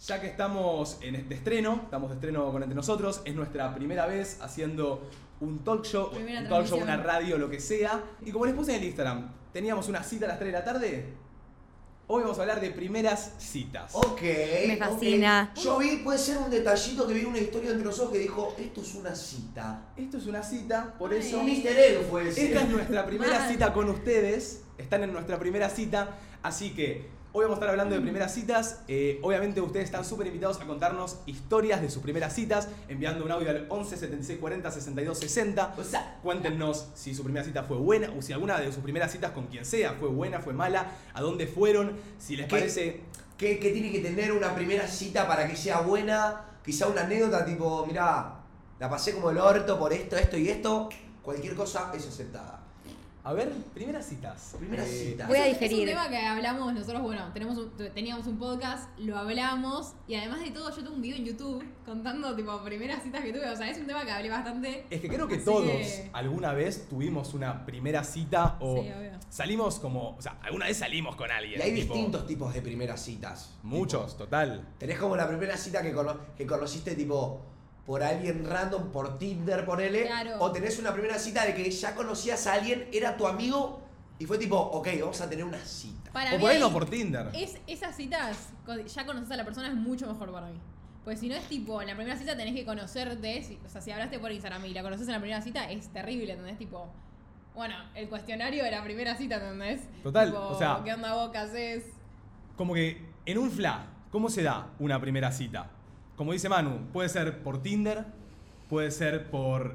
Ya que estamos de estreno con Entre Nosotros, es nuestra primera vez haciendo un talk show, una radio, lo que sea. Y como les puse en el Instagram, teníamos una cita a las 3 de la tarde. Hoy vamos a hablar de primeras citas. Ok. Me fascina. Okay. Yo vi, puede ser un detallito que vi una historia entre nosotros que dijo, esto es una cita. Esto es una cita, por eso... Un easter egg fue ese. Esta es nuestra primera cita con ustedes. Están en nuestra primera cita, así que... Hoy vamos a estar hablando de primeras citas. Obviamente ustedes están súper invitados a contarnos historias de sus primeras citas, enviando un audio al 11 76 40 62 60. O sea, cuéntenos si su primera cita fue buena o si alguna de sus primeras citas con quien sea fue buena, fue mala, a dónde fueron, si les parece... ¿Qué tiene que tener una primera cita para que sea buena? Quizá una anécdota tipo, mirá, la pasé como el orto por esto, esto y esto. Cualquier cosa es aceptada. A ver, primeras citas. Primeras citas. Voy a Es diferir. un tema que hablamos nosotros, bueno, teníamos un podcast, lo hablamos y además de todo yo tengo un video en YouTube contando tipo primeras citas que tuve, o sea, es un tema que hablé bastante. Es que creo que Así todos que... alguna vez tuvimos una primera cita o Sí, obvio. salimos como, o sea, alguna vez salimos con alguien. Y hay tipo, distintos tipos de primeras citas. Muchos, Tipo, total. tenés como la primera cita que conociste tipo por alguien random, por Tinder, ponele. Claro. O tenés una primera cita de que ya conocías a alguien, era tu amigo y fue tipo, ok, vamos a tener una cita. Para O mí por ahí no por Tinder. esas citas, ya conoces a la persona, es mucho mejor para mí. Pues si no es tipo, en la primera cita tenés que conocerte, o sea, si hablaste por Instagram y la conoces en la primera cita, es terrible, ¿entendés? Tipo, bueno, el cuestionario de la primera cita, ¿entendés? Total, Tipo, o sea... ¿qué onda vos, qué haces? Como que en un fla, ¿cómo se da una primera cita? Como dice Manu, puede ser por Tinder, puede ser por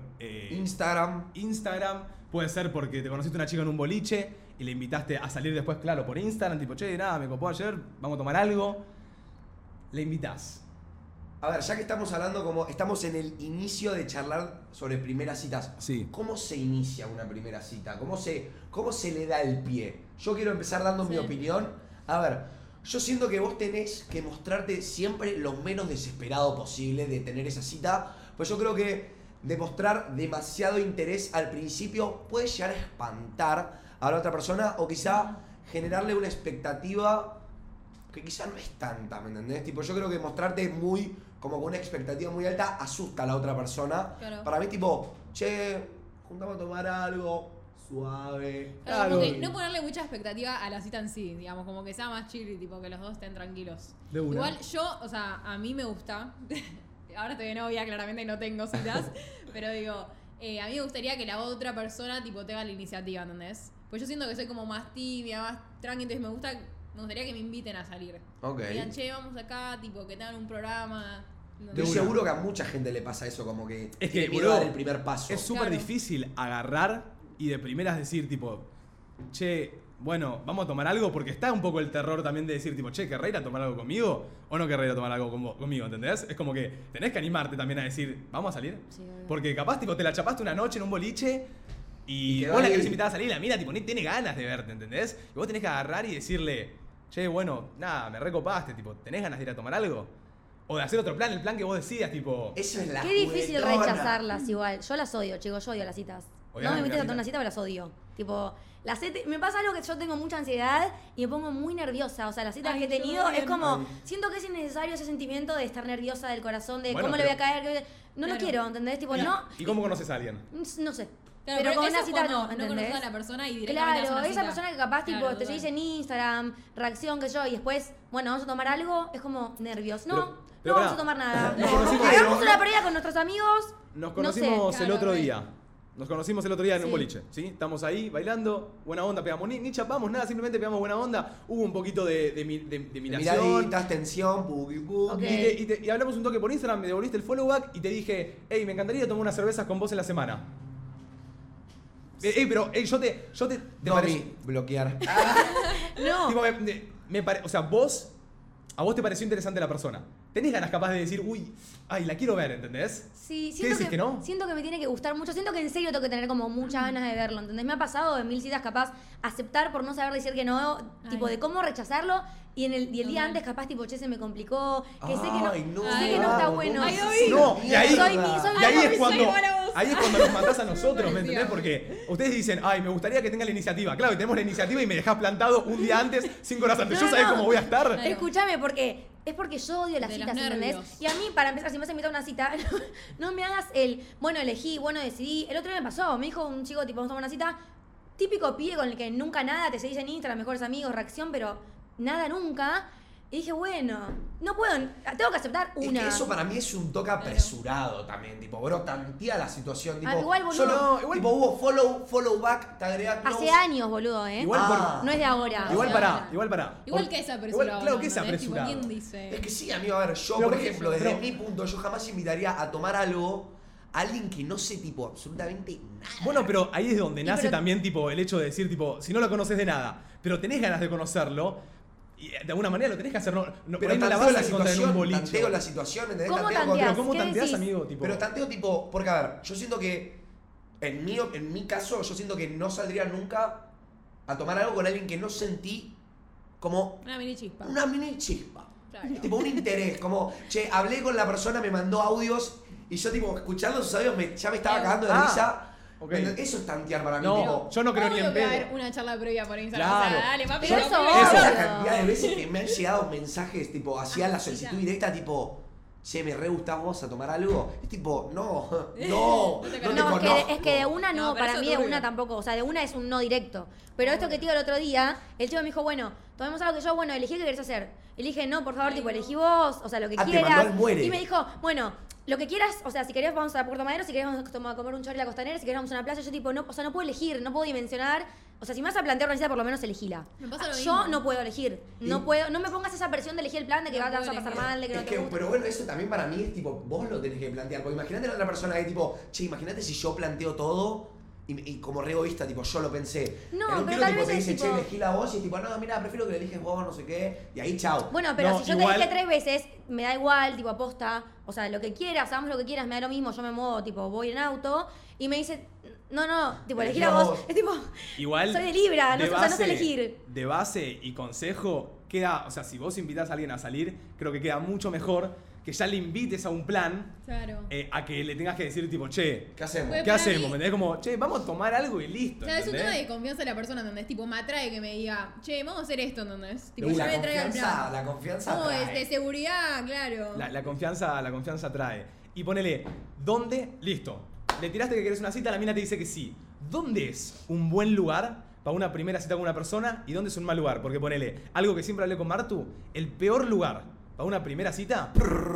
Instagram, puede ser porque te conociste una chica en un boliche y le invitaste a salir después, claro, por Instagram, tipo, che, nada, me copó ayer, vamos a tomar algo. Le invitás. A ver, ya que estamos hablando como estamos en el inicio de charlar sobre primeras citas. Sí. ¿Cómo se inicia una primera cita? ¿Cómo se le da el pie? Yo quiero empezar dando mi opinión. A ver, yo siento que vos tenés que mostrarte siempre lo menos desesperado posible de tener esa cita. Pues yo creo que demostrar demasiado interés al principio puede llegar a espantar a la otra persona o quizá generarle una expectativa que quizá no es tanta, ¿me entendés? Tipo, yo creo que mostrarte como con una expectativa muy alta asusta a la otra persona. Claro. Para mí, tipo, che, juntamos a tomar algo suave. Claro, como que no ponerle mucha expectativa a la cita en sí, digamos, como que sea más chill y tipo que los dos estén tranquilos. De una. Igual yo, o sea, a mí me gusta, ahora estoy de novia claramente y no tengo citas, pero digo, a mí me gustaría que la otra persona tipo tenga la iniciativa, ¿entendés? Pues yo siento que soy como más tibia, más tranqui, entonces me gustaría que me inviten a salir. Ok. Que digan, che, vamos acá, tipo, que tengan un programa. Estoy seguro que a mucha gente le pasa eso, como que Es que, tiene miedo a bro, dar el primer paso. Es súper Claro. difícil agarrar y de primeras decir, tipo, che, bueno, vamos a tomar algo, porque está un poco el terror también de decir, tipo, che, ¿querrá ir a tomar algo conmigo? ¿O no querrá ir a tomar algo conmigo? ¿Entendés? Es como que tenés que animarte también a decir, ¿vamos a salir? Sí, obvio. Porque capaz, tipo, te la chapaste una noche en un boliche y quedó vos la ahí. querés invitar a salir y la mina, tipo, ni tiene ganas de verte, ¿entendés? Y vos tenés que agarrar y decirle, che, bueno, nada, me recopaste, tipo, ¿tenés ganas de ir a tomar algo? O de hacer otro plan, el plan que vos decidas, tipo... Eso es la Qué difícil juguetona. rechazarlas igual. Yo las odio, chicos, yo odio las citas. Odias No las me invites a citas. tomar una cita, pero las odio. Tipo, me pasa algo que yo tengo mucha ansiedad y me pongo muy nerviosa. O sea, las citas Ay, que he yo tenido también. es como, Ay. siento que es innecesario ese sentimiento de estar nerviosa del corazón, de Bueno, cómo le voy a pero- caer. No lo Claro. quiero, ¿entendés? Tipo, ¿Y, no, ¿Y cómo conoces a alguien? no sé. Claro, pero con eso una es cita cuando no, no ¿entendés? conoces a la persona y directamente Claro, haces esa una persona cita. que capaz tipo Claro, te total. seguís en Instagram, reacción, que yo, y después, bueno, vamos a tomar algo, es como nervios. No, Pero no vamos pará, a tomar nada. nos conocimos- Hagamos una previa con nuestros amigos. Nos No sé, conocimos el claro, otro re. día. Nos conocimos el otro día en un Sí. boliche, ¿sí? Estamos ahí bailando, buena onda, pegamos, ni chapamos nada, simplemente pegamos buena onda. Hubo un poquito de miración. Miraditas, tensión, boogie boogie. Ok. Y hablamos un toque por Instagram, me devolviste el follow back y te dije, hey, me encantaría tomar unas cervezas con vos en la semana. Pero yo te No, parec- mi, bloquear. No. tipo, o sea, a vos te pareció interesante la persona. Tenés ganas capaz de decir, uy, ay, la quiero ver, ¿entendés? Sí, ¿Qué siento decís, que no? Siento que me tiene que gustar mucho. Siento que en serio tengo que tener como muchas ganas de verlo, ¿entendés? Me ha pasado en 1000 citas capaz aceptar por no saber decir que no, tipo Ay. de cómo rechazarlo. Y el día Total. antes capaz tipo, che, se me complicó, que sé Ay, que no, sé que no está vamos, bueno. Ay, vos David. No, y ahí, Soy y mi- ahí Ay, es soy cuando igual a vos. ahí es cuando nos matás a nosotros, ¿me entendés? Parecía. Porque ustedes dicen, ay, me gustaría que tenga la iniciativa. Claro, y tenemos la iniciativa y me dejás plantado un día antes, 5 horas antes. No, Yo sabés no. cómo voy a estar. Claro. Escúchame, porque es porque yo odio las De citas, los ¿entendés? nervios. Y a mí, para empezar, si me vas a invitar a una cita, no me hagas bueno, elegí, bueno, decidí. El otro día me pasó, me dijo un chico, tipo, vamos a tomar una cita, típico pibe con el que nunca nada, te seguís en Instagram, mejores amigos, reacción, pero nada nunca. Y dije, bueno, no puedo, tengo que aceptar una. Es que eso para mí es un toque apresurado también, tipo, bro, tantía la situación, tipo, igual, boludo. solo, Igual- tipo, hubo follow back, te agrega close. Hace años, boludo, ¿eh? Igual Ah. No es de ahora. Igual Sí, pará, ahora. igual pará. Igual que es apresurado. Claro que es ¿entendés? Tipo, apresurado. ¿quién dice? Es que sí, amigo, a ver, yo, Pero por porque- ejemplo, desde pero- mi punto, yo jamás invitaría a tomar algo a alguien que no sé, tipo, absolutamente nada. Bueno, pero ahí es donde Y nace pero- también tipo el hecho de decir, tipo, si no lo conoces de nada, pero tenés ganas de conocerlo, y de alguna manera lo tenés que hacer. No, por Pero ahí no la tanteo vas a encontrar en un boliche. tanteo la situación, ¿entendés? ¿Cómo Tanteo tanteás? Pero ¿cómo ¿Qué tanteás, decís? amigo? Tipo, Pero tanteo tipo, porque a ver, yo siento que en mi caso, yo siento que no saldría nunca a tomar algo con alguien que no sentí como Una mini chispa. una mini chispa. Claro. Tipo un interés, como, che, hablé con la persona, me mandó audios y yo tipo, escuchando sus audios ya me estaba cagando de Ah, risa. ok. Eso es tantear para mí, No, tipo. yo no creo ni Obvio en que va a haber pedo. una charla previa por Instagram. Claro. O sea, dale, papi. Pero no, eso no, obvio. Esa es la Obvio. cantidad de veces que me han llegado mensajes, tipo, hacía la Ah, solicitud ya. directa, tipo, che, me re gustás, vamos a tomar algo. Es tipo, no, no No te te No, conozco. es que de una no, No, pero para eso mí de turbio. una tampoco. O sea, de una es un no directo. Pero esto que te digo el otro día, el chico me dijo, bueno, tomemos algo que yo, bueno, elegí qué querés hacer. Y le dije, no, por favor, Ay, tipo, no. elegí vos, o sea, lo que Ah, te quieras. mandó al muere. Y me dijo, bueno, lo que quieras, o sea, si querés vamos a Puerto Madero, si querés vamos a comer un chorro en la costanera, si querés vamos a una playa, yo tipo, no, o sea, no puedo elegir, no puedo dimensionar. O sea, si me vas a plantear una cita, por lo menos elegíla. Me pasa lo Yo mismo. no puedo elegir. No puedo, no me pongas esa presión de elegir el plan de que No vas a puedo pasar elegir. mal, de que Es no te que, gusta. pero bueno, eso también para mí es tipo, vos lo tenés que plantear. Porque imagínate la otra persona que tipo, che, imagínate si yo planteo todo y como re egoísta, tipo, yo lo pensé. No, en un pero tiro, tal tipo, vez te es dice, che, tipo- elegí la vos y es tipo, no, mira, prefiero que le eliges vos, no sé qué. Y ahí, chao. Bueno, pero No, si yo igual- te dije 3 veces, me da igual, tipo, aposta. O sea, lo que quieras, hagamos lo que quieras, me da lo mismo, yo me muevo, tipo, voy en auto. Y me dice, no, tipo, elegí Elegí a a vos. vos. Es tipo, Igual. soy de Libra, de o sea, no sé base- elegir. De base y consejo, queda. O sea, si vos invitás a alguien a salir, creo que queda mucho mejor que ya le invites a un plan Claro. a que le tengas que decir, tipo, che, ¿Qué hacemos? Pues- ¿qué para hacemos? mí- ¿Me entendés? Como, che, vamos a tomar algo y listo. Claro, es un tema ¿entendés? de confianza de la persona, ¿entendés? Tipo, me atrae que me diga, che, vamos a hacer esto, ¿entendés? Tipo, Y yo la me traigo el confianza, plan. la confianza ¿Cómo es? atrae. De seguridad, claro. La confianza trae. Y ponele, ¿dónde? Listo. Le tiraste que querés una cita, la mina te dice que sí. ¿Dónde es un buen lugar para una primera cita con una persona y dónde es un mal lugar? Porque ponele, algo que siempre hablé con Martu, el peor lugar para una primera cita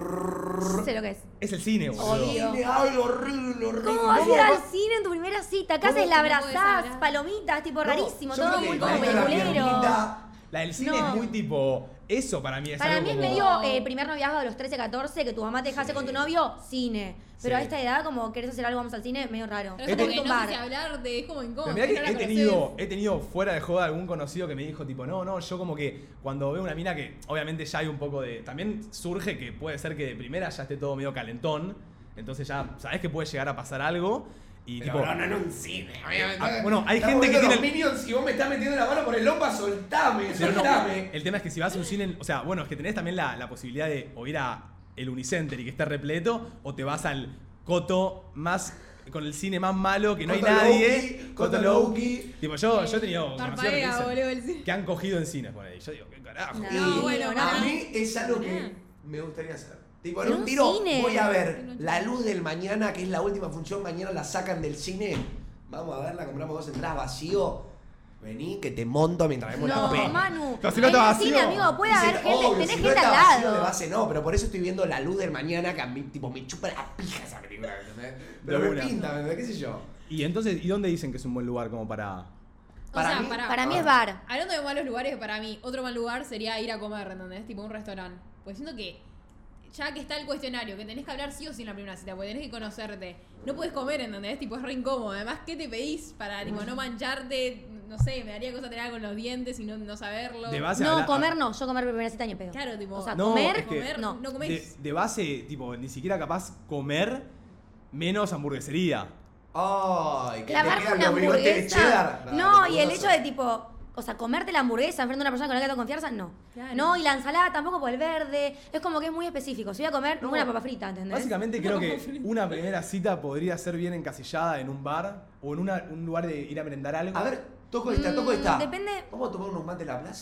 Sé lo que es. es el cine, boludo. Obvio. Cine, ay, horrible, horrible. ¿Cómo vas a ir al cine en tu primera cita? Acá ¿Cómo haces la que no puedes abrazás, hablar? palomitas, tipo No, rarísimo, yo todo creo que muy como ahí está la peliculero. piernita. La del cine No. es muy tipo, eso para mí es Para algo mí es como- medio primer noviazgo de los 13, 14, que tu mamá te dejase con tu novio, cine. Pero Sí. a esta edad, como querés hacer algo, vamos al cine, medio raro. Pero He es como tenido- que no sé si hablar de, es como incómodo. Pero mirá no que la he conocés. tenido fuera de joda algún conocido que me dijo tipo, no, yo como que cuando veo una mina que obviamente ya hay un poco de... También surge que puede ser que de primera ya esté todo medio calentón, entonces ya sabes que puede llegar a pasar algo y Pero tipo... no en un cine. bueno, hay Estamos gente que viendo tiene... los Minions y vos me estás metiendo la mano por el lompa, soltame, Pero no, soltame. el tema es que si vas a un cine, o sea, bueno, es que tenés también la posibilidad de o ir a el Unicenter y que esté repleto, o te vas al coto más, con el cine más malo, que no hay Coto nadie. Low-key, Coto Low-key. Tipo, yo he tenido conocidos que, Parpadea, dicen boludo, el cine. que han cogido en cines por ahí. Yo digo, ¿qué carajo? No. Y bueno, a no. mí es algo que me gustaría hacer. Tipo, en ¿En un un tiro cine? voy a ver La Luz del Mañana, que es la última función, mañana la sacan del cine. Vamos a verla, compramos 2 entradas vacío. Vení, que te monto mientras vemos No, la peli. Manu. Pero si no en está el cine, vacío. amigo, puede Y si haber está- gente, obvio, tenés si no gente al está vacío de lado. base, no, pero por eso estoy viendo La Luz del Mañana, que a mí tipo, me chupa la pija esa película, ¿entendés? Pero De me una. pinta, ¿entendés? ¿Qué sé yo? Y entonces, ¿y dónde dicen que es un buen lugar como para...? O sea, Para Para mí es bar. Hablando de malos lugares, para mí, otro mal lugar sería ir a comer, ¿entendés? Tipo un restaurante. Pues siento que, ya que está el cuestionario, que tenés que hablar sí o sí en la primera cita, porque tenés que conocerte. No puedes comer, ¿entendés? Tipo, es re incómodo. Además, ¿qué te pedís para, tipo, no mancharte? No sé, me daría cosa tener algo con los dientes y no saberlo. De base No, habla- comer no. Yo comer primera cita ni pedo. Claro, tipo, O sea, No, comer, es que- comer, no. no comés. De base, tipo, ni siquiera capaz comer menos hamburguesería. Ay, que te Clavarme quedan una los bigotes de hamburguesa. cheddar. No, Dale, y el ¿cómo hecho vas a de tipo, o sea, comerte la hamburguesa enfrente de una persona con la que tengo confianza, no. Claro. No, y la ensalada tampoco por el verde. Es como que es muy específico. Si voy a comer No. una papa frita, ¿entendés? Básicamente creo que una primera cita podría ser bien encasillada en un bar o en un lugar de ir a merendar algo. A ver, toco esta. Depende. ¿Vamos a tomar unos mates en la plaza?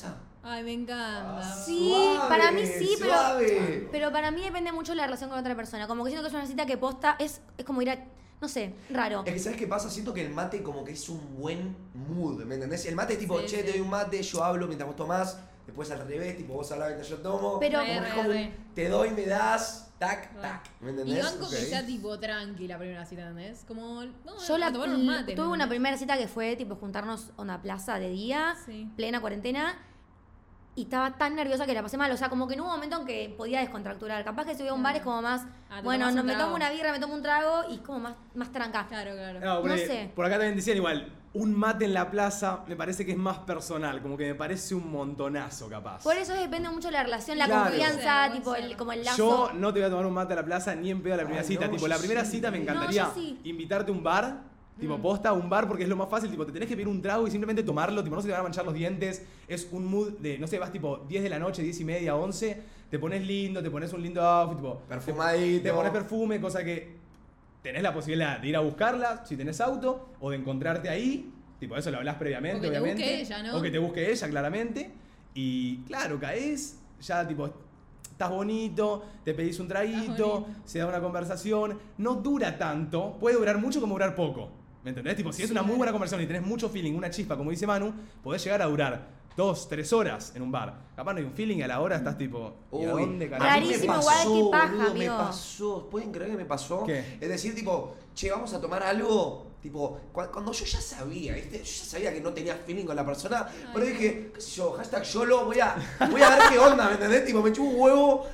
Ay, me encanta. Sí, Suave, para mí sí, suave. pero para mí depende mucho de la relación con otra persona. Como que siento que es una cita que posta, es como ir a, no sé, raro. Es que ¿sabes qué pasa? Siento que el mate como que es un buen mood, ¿me entendés? El mate es tipo, Sí, che, sí. te doy un mate, yo hablo mientras vos tomás, después al revés, tipo vos hablás mientras yo tomo. Pero- como Re, es como un re. te doy, me das, tac, Re. tac, ¿me Y entendés? banco que Ok. sea tipo tranqui la primera cita, ¿entendés? Como, no, Yo a tomar unos mates. tuve ¿me una entendés? primera cita que fue tipo juntarnos a una plaza de día, Sí. plena cuarentena, y estaba tan nerviosa que la pasé mal. O sea, como que en un momento en que podía descontracturar. Capaz que si voy a un bar es como más, Ah, te bueno, tomás no, un me trago. tomo una birra, me tomo un trago y es como más tranca. Claro, claro. No, porque sé. por acá también decían igual, un mate en la plaza me parece que es más personal, como que me parece un montonazo capaz. Por eso depende mucho de la relación, la Claro. confianza, Puede tipo ser. como el lazo. Yo no te voy a tomar un mate a la plaza ni en pedo a la primera Ay, cita. no, Tipo, yo la primera sí. cita me No, encantaría yo sí. invitarte a un bar, tipo posta, un bar porque es lo más fácil. Tipo, te tenés que pedir un trago y simplemente tomarlo. Tipo, no se te van a manchar los dientes. Es un mood de, no sé, vas tipo 10 de la noche, 10 y media, 11. Te pones lindo, te pones un lindo outfit, tipo, Perfumadito. te pones perfume, cosa que tenés la posibilidad de ir a buscarla si tenés auto o de encontrarte ahí. Tipo, eso lo hablás previamente, O que te obviamente. busque ella, ¿no? O que te busque ella, claramente. Y claro, caes, ya tipo, estás bonito, te pedís un traguito, bonito. se da una conversación. No dura tanto, puede durar mucho como durar poco. ¿Me entendés? Tipo, si es una muy buena conversación y tenés mucho feeling, una chispa, como dice Manu, podés llegar a durar 2, 3 horas en un bar. Capaz no hay un feeling y a la hora estás tipo, ¿y a Uy, dónde a carajo? mí me Rarísimo, pasó, igual, qué paja, boludo, me amigo. pasó. ¿Pueden creer que me pasó? ¿Qué? Es decir, tipo, che, vamos a tomar algo. Tipo, cuando yo ya sabía, ¿viste? Yo ya sabía que no tenía feeling con la persona, pero dije, qué sé yo, hashtag YOLO, voy a ver qué onda, ¿me entendés? Tipo, me chupo un huevo.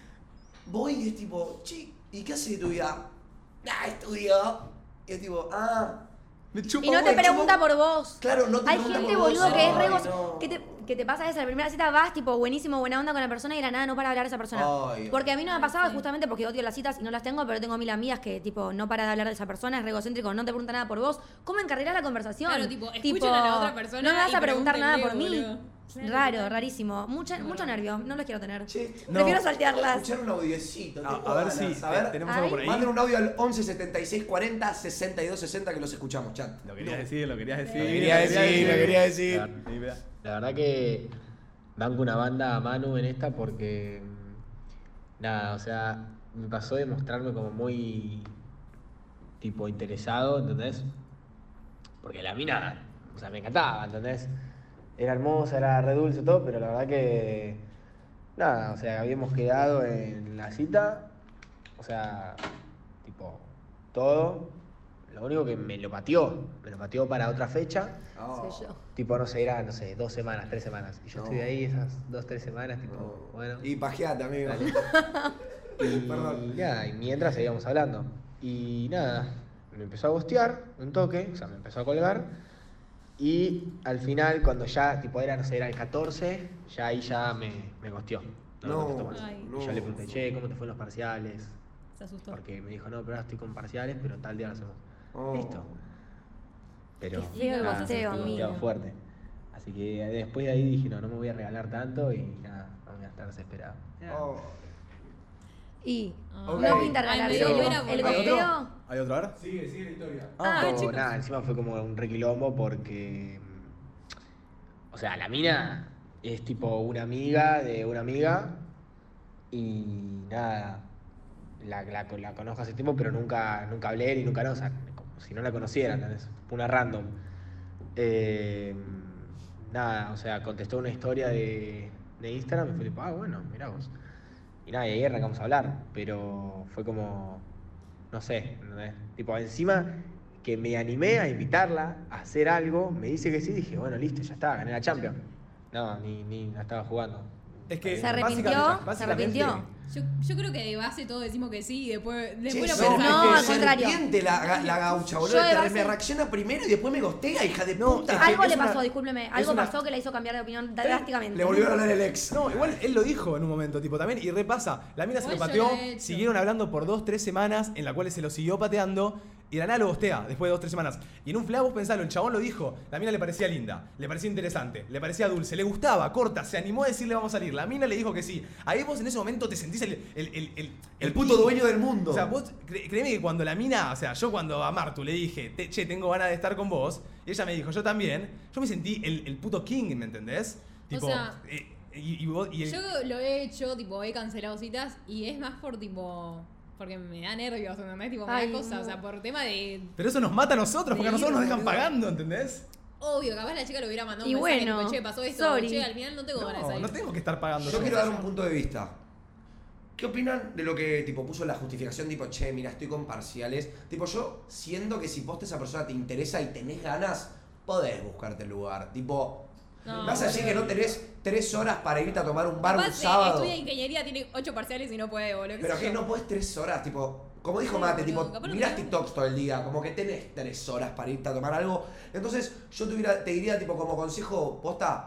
Voy y es tipo, che, ¿y qué haces de tu vida? Ah, estudio. Y es tipo, Me chupa Y no te huevo. pregunta por vos. claro, no te Hay pregunta gente, por vos. boludo, que es Ay, re vos. no. Que te pasa eso, la primera cita vas, tipo, buenísimo, buena onda con la persona y de la nada no para de hablar de esa persona. Ay, Porque a mí no me ha pasado sí. justamente porque odio las citas y no las tengo, pero tengo 1000 amigas que, tipo, no para de hablar de esa persona, es re egocéntrico, no te pregunta nada por vos. ¿Cómo encarrilás la conversación? Claro, tipo, escuchen a la otra persona No me vas y a preguntar nada por mí. pregúntenle, boludo. Claro, Raro, total. rarísimo. Mucho nervio, no los quiero tener. Che, No. Prefiero saltearlas. escuchar un audiecito. A tengo ver ganas. si A ver, tenemos Ay. algo por ahí. manden un audio al 11 76 40 62 60 que los escuchamos, chat. Lo querías decir, lo querías decir. Lo quería decir. La verdad que banco una banda a Manu en esta porque nada, o sea, me pasó de mostrarme como muy tipo interesado, ¿entendés? Porque la mina, o sea, me encantaba, ¿entendés? Era hermosa, era re dulce todo, pero la verdad que nada, o sea, habíamos quedado en la cita, o sea, tipo todo. Lo único que me lo pateó para otra fecha. Oh. Soy yo. Tipo, no sé, era, no sé, 2 semanas, 3 semanas. Y yo No. estoy ahí esas 2, 3 semanas, tipo, No. bueno. Y pajeate, amigo. Y, Perdón. nada, y mientras seguíamos hablando. Y nada, me empezó a gostear un toque, o sea, me empezó a colgar. Y al final, cuando ya, tipo, era, no sé, era el 14, ya ahí ya me gosteó. No, me contestó más. Ay. Y yo le pregunté, che, ¿cómo te fue en los parciales? Se asustó. Porque me dijo, no, pero ahora estoy con parciales, pero tal día lo hacemos. Oh. Listo. Pero Qué feo el nada, gosteo, estuvo amigo. fuerte. Así que después de ahí dije, no me voy a regalar tanto y nada, no voy a estar desesperado. Oh. Y Ok. no pinta Ay, regalar me dio el pena porque- gosteo. ¿Hay otro? A ver. Sigue la historia. Pero, chicos. nada, encima fue como un requilombo porque, o sea, la mina es tipo una amiga de una amiga y nada, la conozco hace tiempo, pero nunca hablé ni nunca no, o sea, como si no la conociera, ¿entendés? Una random. Nada, o sea, contestó una historia de Instagram y fue tipo, bueno, mirá vos. Y nada, y ahí arrancamos a hablar, pero fue como, no sé, ¿entendés? Tipo, encima que me animé a invitarla a hacer algo, me dice que sí, dije, bueno, listo, ya está, gané la Champions. No, ni la estaba jugando. Es que ¿Se arrepintió? básicamente- ¿Se arrepintió? Yo creo que de base todos decimos que sí y después Che, lo no, pensamos. No, al se contrario. arrepiente la gaucha, boludo. Yo de base- Me reacciona primero y después me gostea, hija de No, puta. es que Algo es le una- pasó, discúlpeme. Algo una- pasó que le hizo cambiar de opinión drásticamente. Le volvió a hablar el ex. No, igual él lo dijo en un momento, tipo, también, y repasa. La mina se lo Igual pateó, yo lo he hecho. siguieron hablando por 2, 3 semanas, en la cual se lo siguió pateando, y la nada lo bostea después de 2, 3 semanas. Y en un flash vos pensalo, el chabón lo dijo, la mina le parecía linda, le parecía interesante, le parecía dulce, le gustaba, corta, se animó a decirle vamos a salir. La mina le dijo que sí. Ahí vos en ese momento te sentís El puto dueño del mundo. O sea, vos, créeme que cuando la mina, o sea, yo cuando a Martu le dije, che, tengo ganas de estar con vos, y ella me dijo, yo también, yo me sentí el puto king, ¿me entendés? Tipo, O sea, y el- yo lo he hecho, tipo, he cancelado citas y es más por tipo. Porque me da nervios, ¿entendés? Tipo, me Ay, da cosas. no. O sea, por tema de. Pero eso nos mata a nosotros, porque a nosotros nos dejan boludo. pagando, ¿entendés? Obvio, capaz la chica lo hubiera mandado Y un mensaje bueno, tipo, che, pasó esto, sorry. che, al final no tengo ganas de No, salir. no tengo que estar pagando. Yo quiero dar un punto de vista. ¿Qué opinan de lo que tipo puso la justificación tipo, che, mira, estoy con parciales? Tipo, yo siento que si posta esa persona te interesa y tenés ganas, podés buscarte el lugar. Tipo, No, vas a decir que no tenés 3 horas para irte a tomar un bar Capaz un sábado. estudia ingeniería, tiene 8 parciales y no puede, boludo. Pero que no podés 3 horas, tipo, como dijo Sí, Mate, boludo, tipo, capaz no mirás te- TikToks todo el día, como que tenés 3 horas para irte a tomar algo. Entonces, yo te diría, tipo, como consejo, posta,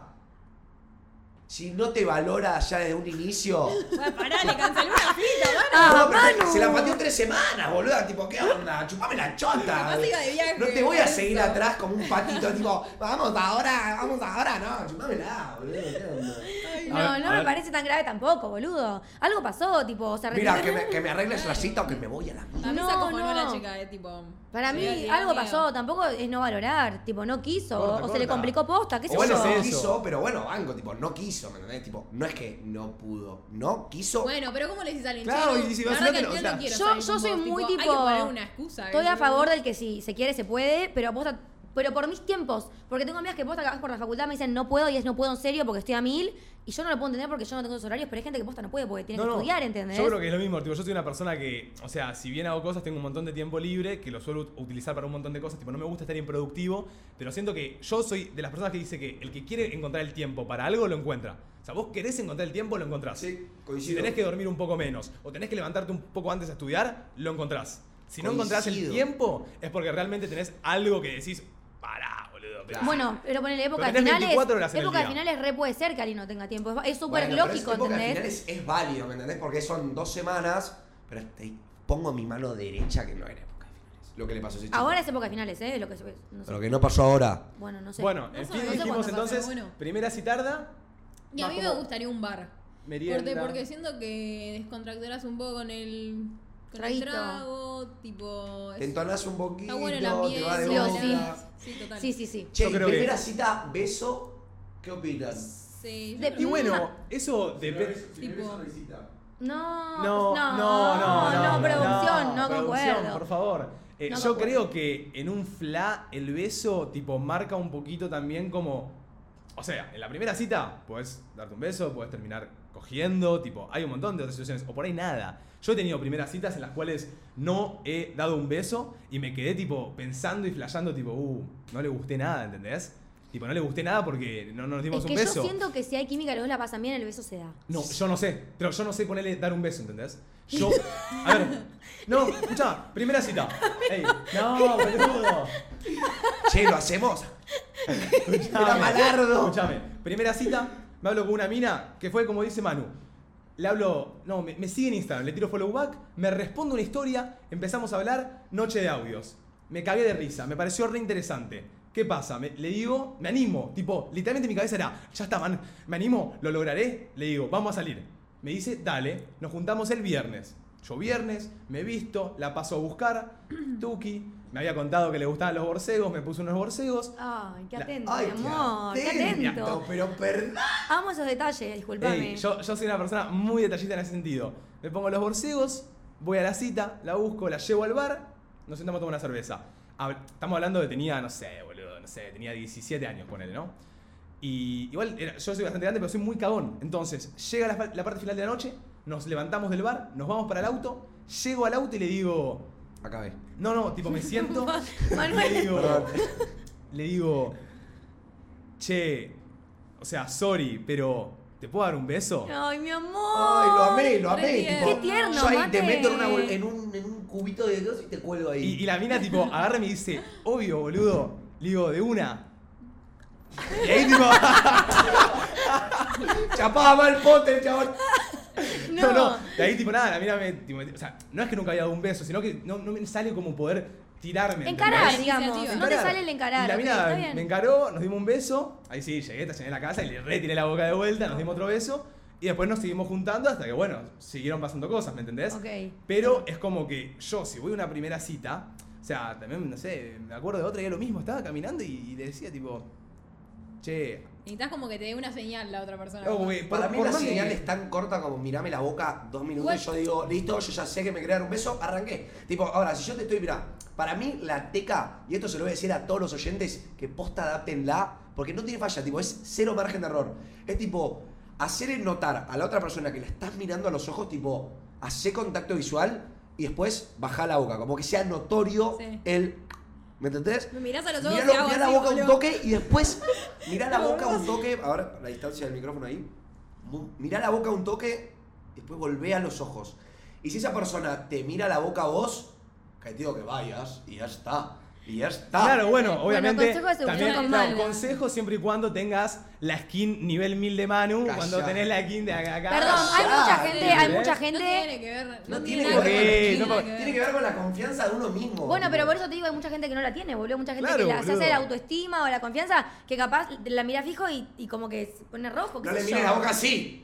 si no te valora ya desde un inicio. Bueno, pará, le cancelé una cita, mano. Ah, No, pero Manu. se la pateó 3 semanas, boluda. Tipo, ¿qué onda? Chupame la chota. Capaz iba de viaje, No te voy a por seguir eso. atrás como un patito, tipo, vamos ahora, no, chupámela, boludo. ¿Qué onda? No, A ver, no a me ver. parece tan grave tampoco, boludo. Algo pasó, tipo, se Mira, arrepintió. que me arregles la cita o que me voy a la mierda. A mí No, se acojonó no. la chica, tipo. Para le mí dio algo miedo. pasó, tampoco es no valorar, tipo, no quiso, Corta, o se le corta. complicó posta, qué sé O bueno, yo. no eso. quiso, pero bueno, banco, tipo, no quiso, ¿me entendés? Tipo, no es que no pudo, no quiso. Bueno, pero ¿cómo le decís a alguien? Claro, che, no, y si la vas verdad a que no, yo o sea, no quiero yo salir soy con vos, muy Hay que tipo- poner una excusa. Estoy a ¿viste? favor del que si se quiere se puede, pero posta, pero por mis tiempos, porque tengo amigas que posta capaz por la facultad me dicen no puedo y es no puedo en serio porque estoy a 1000 y yo no lo puedo entender porque yo no tengo esos horarios, pero hay gente que posta no puede porque tiene que estudiar, ¿entendés? Yo creo que es lo mismo, tipo, yo soy una persona que, o sea, si bien hago cosas, tengo un montón de tiempo libre, que lo suelo utilizar para un montón de cosas, tipo, no me gusta estar improductivo, pero siento que yo soy de las personas que dice que el que quiere encontrar el tiempo para algo, lo encuentra. O sea, vos querés encontrar el tiempo, lo encontrás. Sí, Si coincido. tenés que dormir un poco menos, o tenés que levantarte un poco antes a estudiar, lo encontrás. Si no encontrás el Coincido. tiempo, es porque realmente tenés algo que decís, pará, boludo. pero- Bueno, pero ponele época de Pero tenés finales. 24 horas en el Época de día. finales re puede ser que alguien no tenga tiempo. Es súper Bueno, pero lógico, esa época de ¿entendés? finales es válido, ¿me entendés? Porque son 2 semanas, pero te pongo mi mano derecha que no era época de finales. Lo que le pasó a ese chico. Ahora es época de finales, ¿eh? Lo que se ve. No sé. Pero que no pasó ahora. Bueno, no sé. Bueno, No en sé, fin, no sé dijimos cuándo pasa, entonces, bueno. primera citarda, Y a más mí me como gustaría un bar. merienda. Porque siento que descontracturás un poco con el Traguito. trago, tipo. Te entonás un poquito, Está bueno el te ambiente. va de Sí o boca. sí. Sí, total. Sí, sí, sí. Che, Yo creo primera que- cita, beso, ¿qué opinan? Sí, yo De- creo Y que- bueno, eso depende. Tipo- No, No, producción, no producción, concuerdo. por favor. No Yo concuerdo. creo que en un fla el beso tipo marca un poquito también como, o sea, en la primera cita puedes darte un beso, puedes terminar cogiendo, tipo, hay un montón de otras situaciones, o por ahí nada. Yo he tenido primeras citas en las cuales no he dado un beso y me quedé tipo pensando y flasheando tipo, no le gusté nada, ¿entendés? Tipo, no le gusté nada porque no nos dimos Es que un beso. yo siento que si hay química y los dos la pasan bien, el beso se da. No, yo no sé. Pero yo no sé ponerle dar un beso, ¿entendés? Yo. A ver. No, escuchá, primera cita. Ey, no, boludo. Che, ¿lo hacemos? Escuchame, Era malardo. Escuchame. Primera cita, me hablo con una mina que fue como dice Manu. Le hablo. No, me sigue en Instagram, le tiro follow back, me responde una historia, empezamos a hablar, noche de audios. Me cagué de risa, me pareció re interesante. ¿Qué pasa? Le digo, me animo. Tipo, literalmente mi cabeza era, ya está, man, me animo, lo lograré. Le digo, vamos a salir. Me dice, dale, nos juntamos el viernes. Yo viernes, me visto, la paso a buscar, Tuki, me había contado que le gustaban los borcegos, me puso unos borcegos. Ay, qué La- atento, Ay, mi amor, qué atento. pero perdón. Amo esos detalles, disculpame. Ey, yo soy una persona muy detallista en ese sentido. Me pongo los borcegos, voy a la cita, la busco, la llevo al bar, nos sentamos a tomar una cerveza. Estamos hablando de tenía, no sé, boludo, no sé, tenía 17 años, ponele, ¿no? Y igual, yo soy bastante grande, pero soy muy cagón. Entonces, llega la parte final de la noche, nos levantamos del bar, nos vamos para el auto, llego al auto y le digo... Acabé. No, tipo, me siento... Manuel. le digo, che, o sea, sorry, pero ¿te puedo dar un beso? Ay, mi amor. Ay, lo amé, lo amé. Re Tipo, Qué tierno, yo ahí te Mate. meto en un cubito de dos y te cuelgo ahí. Y la mina, tipo, agarra y me dice, obvio, boludo. Le digo, de una. Y ahí, tipo, Chapaba mal el pote, chaval. no. De ahí, tipo, nada, la mina me. Tipo, o sea, no es que nunca había dado un beso, sino que no me sale como poder tirarme. Encarar, ¿entendés? digamos. Iniciativa. No te sale el encarar. Y la ok, mina está bien. me encaró, nos dimos un beso. Ahí sí, llegué, estacioné en la casa y le retiré la boca de vuelta, nos dimos otro beso. Y después nos seguimos juntando hasta que, bueno, siguieron pasando cosas, ¿me entendés? Ok. Pero es como que yo, si voy a una primera cita, o sea, también, no sé, me acuerdo de otra que lo mismo, estaba caminando y le decía, tipo, che. Necesitas como que te dé una señal la otra persona. Para mí la más que- señal es tan corta como mirame la boca 2 minutos y yo digo, listo, yo ya sé que me quería dar un beso, arranqué. Tipo, ahora, si yo te estoy, mirá, para mí la teca, y esto se lo voy a decir a todos los oyentes, que posta adáptenla, porque no tiene falla, tipo, es cero margen de error. Es tipo, hacer notar a la otra persona que la estás mirando a los ojos, tipo, hacer contacto visual y después bajar la boca, como que sea notorio Sí. ¿me entendés? Me mirás a los ojos Mirá y hago la así, boca un boludo. toque y después mirá la boca un toque. Ahora, la distancia del micrófono ahí. Mirá la boca un toque y después volvé a los ojos. Y si esa persona te mira la boca a vos, que te digo que vayas y ya está. Y ya está. Claro, bueno, obviamente. consejo de seducción También, con claro, Manu. consejo siempre y cuando tengas la skin nivel 1000 de Manu. Callá. Cuando tenés la skin de acá. Perdón, hay Callate, mucha gente, hay ¿eh? mucha No tiene gente. que ver. No tiene tiene nada que que ver, ver. no, nada que ver. Tiene que ver con la confianza de uno mismo. Bueno, pero por eso te digo, hay mucha gente que no la tiene, boludo. Mucha gente Claro, que se hace boludo. la autoestima o la confianza, que capaz la mira fijo y como que se pone rojo. qué No le sé mires yo. la boca así.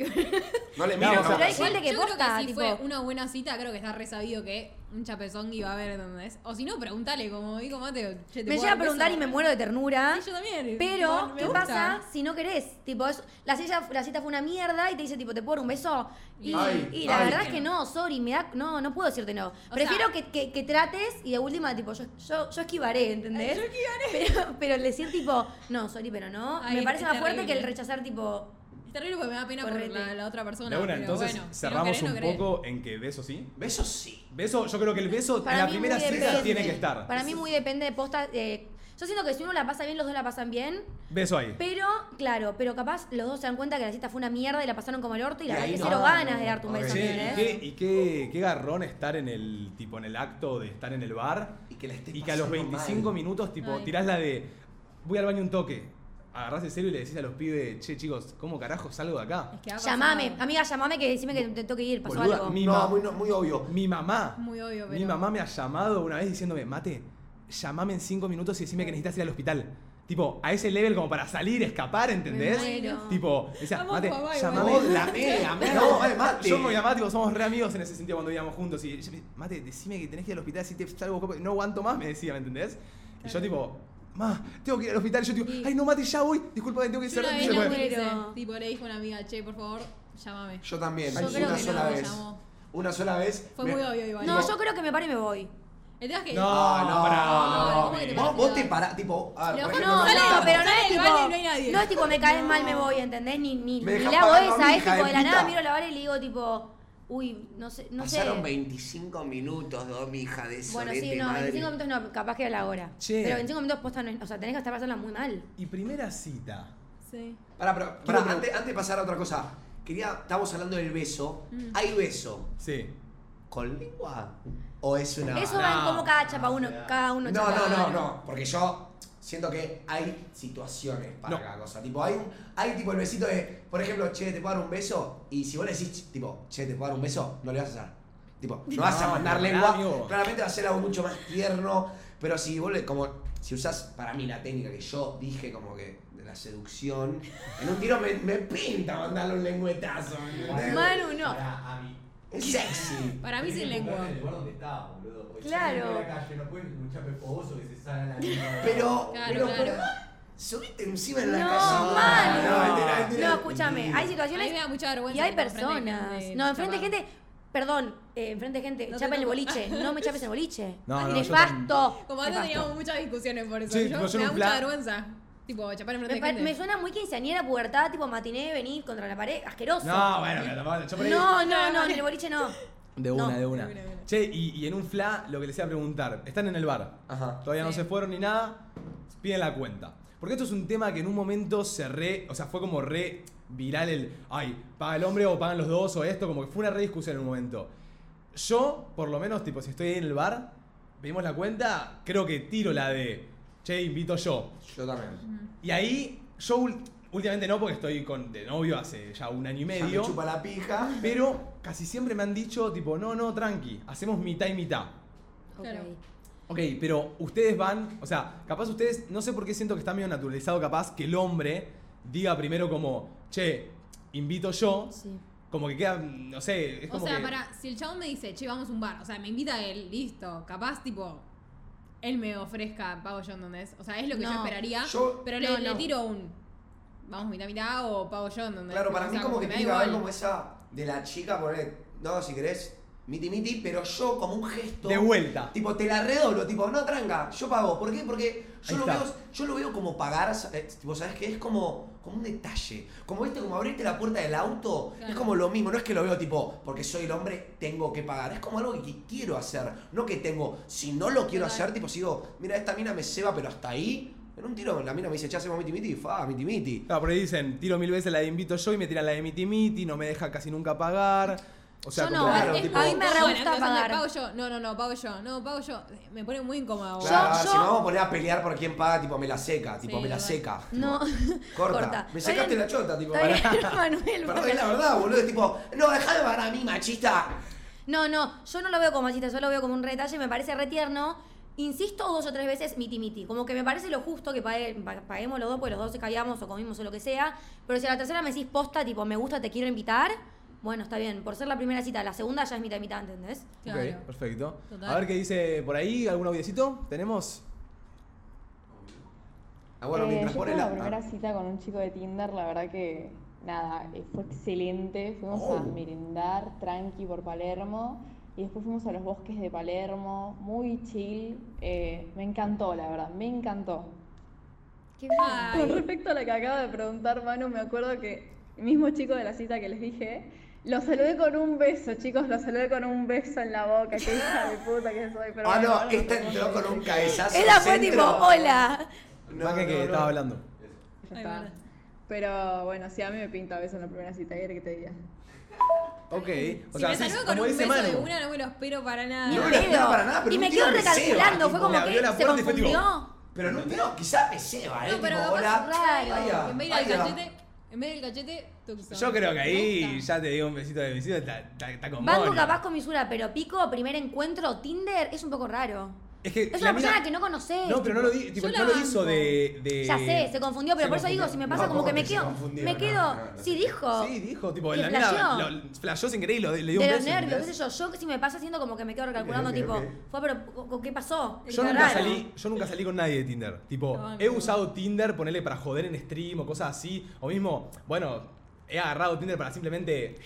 No le No, mires o la sea, boca pero hay así. gente que Yo creo posta, que si tipo- fue una buena cita, creo que está re sabido que un chapezón iba a haber, ¿entendés? O si no, preguntale, como digo Mateo. che, ¿te Me puedo llega a dar preguntar beso? y me muero de ternura. Sí, yo también. Pero, Igual, me ¿qué gusta. pasa si no querés? Tipo, la cita fue una mierda y te dice, tipo, ¿te puedo dar un beso? Y, Ay, y la ay. verdad es que no, sorry, no puedo decirte no. O Prefiero sea- que trates y de última, tipo, yo esquivaré, ¿entendés? Yo esquivaré. Pero el decir, tipo, no, sorry, pero no, Ay, me parece es más fuerte terrible. que el rechazar, tipo, Es terrible porque me da pena por Correte. la otra persona. De una, pero entonces bueno, si no cerramos querés, no un querés. poco en que beso sí. Besos sí. Beso, yo creo que el beso para en la mí primera muy cita depende. tiene que estar. Para mí muy depende de posta. Yo siento que si uno la pasa bien, los dos la pasan bien. Beso ahí. Pero, claro, pero capaz los dos se dan cuenta que la cita fue una mierda y la pasaron como el orto y la Y verdad ahí es que no. cero ganas de darte un Ok. beso. Che, ¿entendés? ¿y qué garrón estar en el tipo en el acto de estar en el bar Y que la estés y que a los pasando 25 mal. minutos tipo Ay. tirás la de voy al baño un toque. Agarrás el celu y le decís a los pibes, che chicos, ¿cómo carajo salgo de acá? Es que ha Llamame, pasado. amiga, llamame que decime que te tengo que ir, pasó Boluda, algo. mi- No, ma- muy obvio. Mi mamá, Muy obvio, pero. mi mamá me ha llamado una vez diciéndome, Mate, llamame en 5 minutos y decime que necesitas ir al hospital. Tipo, a ese level como para salir, escapar, ¿entendés? Me muero. Tipo, decía, Amo a Mate, tu mamá llamame. igual. No, la mea, no, vale, mate. Yo con mi mamá, tipo, somos re amigos en ese sentido cuando vivíamos juntos. Y ella me dice, Mate, decime que tenés que ir al hospital, si te salgo, no aguanto más, me decía, ¿me entendés? Y yo tipo, ma, tengo que ir al hospital. Y yo tipo, Sí. ay no, Mate, ya voy, disculpa, tengo que ir Yo una cerrar. vez Se lo fue. muero. hice. Tipo, le dijo a una amiga, che, por favor, llámame. Yo también. Yo creo Una que sola no, vez. llamó. Una sola vez. Fue muy obvio igual. No, yo creo que me paro y me voy. El tema es que. No, No, ¿cómo que te Vos parás? te parás, tipo. A ver, Lo- por no, ejemplo, No, sale, no, pero no sale es del tipo. baño y no hay nadie. No es tipo me caes mal, me voy, ¿entendés? Ni Me le deja hago pagando a esa, mi es hija tipo de de la puta. nada, miro la vara y le digo tipo, uy, no sé. Pasaron 25 minutos, mi hija de Bueno, sorete sí, no, madre. 25 minutos no, capaz que era la hora. Che. Pero 25 minutos posta no es, o sea, tenés que estar pasándola muy mal. Y primera cita. Sí. Pará, Quiero antes de pasar a otra cosa. Estamos hablando del beso. ¿Hay beso Sí. con lengua? ¿O es una.? Eso va en cómo cada uno No, chapa. no. Porque yo siento que hay situaciones para No. cada cosa. Tipo, hay tipo el besito de, por ejemplo, che, ¿te puedo dar un beso? Y si vos le decís, tipo, che, ¿te puedo dar un beso? No le vas a hacer. Tipo, no vas a No, mandar pará, lengua. amigo. Claramente va a ser algo mucho más tierno. Pero si vos si usás para mí la técnica que yo dije como que de la seducción, en un tiro me pinta mandarle un lengüetazo. ¿me entendés? Manu, no. A mí. Es sexy. Para mí sin lengua. En el lugar donde está, boludo. Porque Claro. yo en la calle no puedes un chape fogoso que se sale a la lengua. Pero, Claro, claro. subiste encima en la No, calle. Manu. mentira. No, escúchame, hay A mí situaciones me da mucha vergüenza. y hay tipo, enfrente de personas. gente No, enfrente de chapar. gente. Perdón, enfrente de gente, No te chapa en el toco. boliche. No me chapes en el boliche. No, no, yo Nefasto. Como antes nefasto. teníamos muchas discusiones por eso. Sí, yo, tipo, yo me en da un mucha plan- vergüenza. Tipo, chapar enfrente Me, de gente. me suena muy quinceañera, pubertad, tipo matiné, venir contra la pared, asqueroso. No, bueno, pero tampoco- yo por ahí- No, en el boliche no. De una, No. de una. De una. Che, y en un fla, lo que les iba a preguntar, están en el bar, Ajá. todavía no Sí. se fueron ni nada, piden la cuenta. Porque esto es un tema que en un momento fue como re viral el, ay, paga el hombre o pagan los dos o esto, como que fue una re discusión en un momento. Yo, por lo menos, tipo, si estoy ahí en el bar, pedimos la cuenta, creo que tiro la de, che, invito yo. Yo también. Y ahí, yo últimamente no, porque estoy de novio hace ya un año y Ya medio. me chupa la pija. Pero casi siempre me han dicho, tipo, no, tranqui, hacemos mitad y mitad. Claro. Ok, pero ustedes van, o sea, capaz ustedes, no sé por qué siento que está medio naturalizado capaz que el hombre diga primero como, che, invito yo, Sí. como que queda, no sé, es O como sea, que... si el chabón me dice, che, vamos a un bar, o sea, me invita a él, listo. Capaz, tipo, él me ofrezca pago yo, ¿entendés? O sea, es lo que yo No. esperaría. Yo- pero No, le no. tiro un. Vamos mitad o pago yo, ¿entendés? Claro, para O mí sea, como que me tiene da que haber igual. como esa de la chica, poner, no, si querés, miti, pero yo como un gesto. De vuelta. Tipo, te la redoblo, tipo, no, tranca, yo pago. ¿Por qué? Porque Ahí está. yo lo veo como pagar, tipo, ¿sabes qué? Es como un detalle. Como viste, como abrirte la puerta del auto, Claro. es como lo mismo. No es que lo veo tipo, porque soy el hombre, tengo que pagar. Es como algo que quiero hacer. No que tengo, si no lo quiero Total. hacer, tipo, si digo, mira, esta mina me ceba, pero hasta ahí. En un tiro, la mina me dice, che, hacemos miti, miti. Claro, por ahí dicen, tiro 1000 veces la de invito yo y me tiran la de miti, no me deja casi nunca pagar. O sea, Yo como- no, Claro, es- tipo- a mí me re Bueno, gusta entonces, pagar. Pago yo. No, pago yo. No, pago yo. Me pone muy incómodo. Claro, Yo- si nos vamos a poner a pelear por quién paga, tipo, me la seca, tipo, Sí, me la igual. seca. tipo, No, Corta. corta. Me Está sacaste bien. la chota, tipo. Está bien, pará. Manuel. Perdón, es la verdad, boludo. Es tipo, no, dejá de pagar a mí, machista. No, yo no lo veo como machista, yo lo veo como un retalle, me parece re tierno. Insisto 2 o 3 veces miti. Como que me parece lo justo que paguemos los dos, porque los dos se callamos o comimos o lo que sea. Pero si a la tercera me decís posta, tipo, me gusta, te quiero invitar, bueno, está bien. Por ser la primera cita, la segunda ya es mitad y mitad, ¿entendés? Claro. Ok, perfecto. Total. A ver qué dice por ahí, ¿algún audiecito? ¿Tenemos? Ah, bueno, mientras Yo pone tuve la. la primera cita con un chico de Tinder, la verdad que nada, fue excelente. Fuimos Oh. a merendar tranqui por Palermo y después fuimos a los bosques de Palermo, muy chill. Me encantó, la verdad, me encantó. Qué bien. Ay. Con respecto a lo que acaba de preguntar Manu, me acuerdo que el mismo chico de la cita que les dije, lo saludé con un beso, chicos, lo saludé con un beso en la boca, qué hija de puta que soy. Pero Ah, bueno, no, ahora esta podemos entró con seguir. un cabezazo. Ella al fue tipo, centro. hola. Más que estaba hablando. Ya Ay, está. bueno. Pero bueno, sí, a mí me pinta beso en la primera cita, ¿qué querés que te diga? Ok, o Si sea, me así, saludo con como un dice beso de Manu. una, no me lo espero para nada. Ni No, en no espero pedo. para nada, pero Y un me tiro quedo me ceba, recalculando, tipo, fue como le abrió que la se puerta y fue tipo- confundió. Pero no, pero quizás me ceba, No, pero tipo, capaz hola. raro. Vaya, En vez del vaya. cachete, tuxo. Yo creo que Me ahí gusta. ya te digo un besito de besito, está con Banco Moni. capaz con misura, pero pico, primer encuentro, Tinder, es un poco raro. Es que Es la una persona mina- que no conocés. No, pero no lo, tipo, Yo la no lo hizo banco. de. Ya sé, se confundió, pero se por eso digo, confundió. si me pasa No, como que ¿cómo me que se quedo. confundió? Me No, quedo. no, no, Sí, dijo. Sí, dijo, tipo, Que la mina flasheó. lo flashó sin querer y le dio De un los beso. nervios, qué ¿entendés? sé yo. Yo si me pasa siento como que me quedo recalculando, Ok, tipo, ok. fue, pero ¿qué pasó? Yo Qué nunca, raro. yo nunca salí con nadie de Tinder. Tipo, No, he no. usado Tinder, ponerle para joder en stream o cosas así. O mismo, bueno, he agarrado Tinder para simplemente.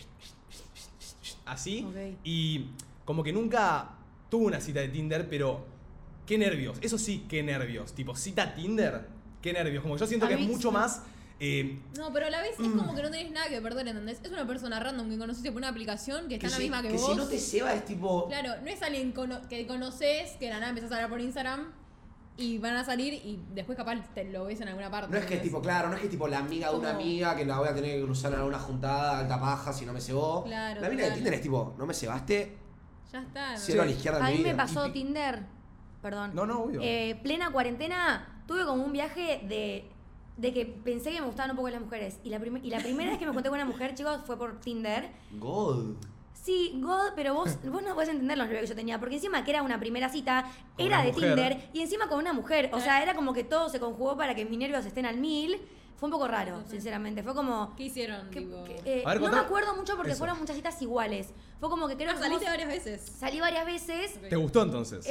Así. Ok. Y como que nunca tuve una cita de Tinder, pero. Qué nervios. Eso sí, qué nervios. Tipo, cita Tinder, qué nervios. Como yo siento A que es mí mucho sí. más. No, pero a la vez es como que no tenés nada que perder, ¿entendés? Es una persona random que conociste por una aplicación que está en la misma que vos. si no te ceba es tipo. Claro, no es alguien que conoces, que de la nada empezás a hablar por Instagram y van a salir y después capaz te lo ves en alguna parte. No es que ¿entendés? tipo, claro, no es que tipo la amiga de una Como- amiga que la voy a tener que cruzar en alguna juntada, alta paja, si no me cebó. Claro, La mina de total. Tinder es tipo, no me cebaste, Ya está. cero a la izquierda de A mi mí me vida. pasó Tinder, perdón. No, obvio. Plena cuarentena, tuve como un viaje de que pensé que me gustaban un poco las mujeres. Y la primera vez que me junté con una mujer, chicos, fue por Tinder. God. Sí, God, pero vos no podés entender los nervios que yo tenía, porque encima que era una primera cita, Con era una de mujer. Tinder, y encima con una mujer. O sea, era como que todo se conjugó para que mis nervios estén al 1000. Fue un poco raro, sinceramente. Fue como... ¿Qué hicieron? que- tipo? que, A ver, no me contá- acuerdo mucho porque eso. fueron muchas citas iguales. Fue como que creo Ah, que saliste fuimos- varias veces. salí varias veces. ¿Te gustó entonces?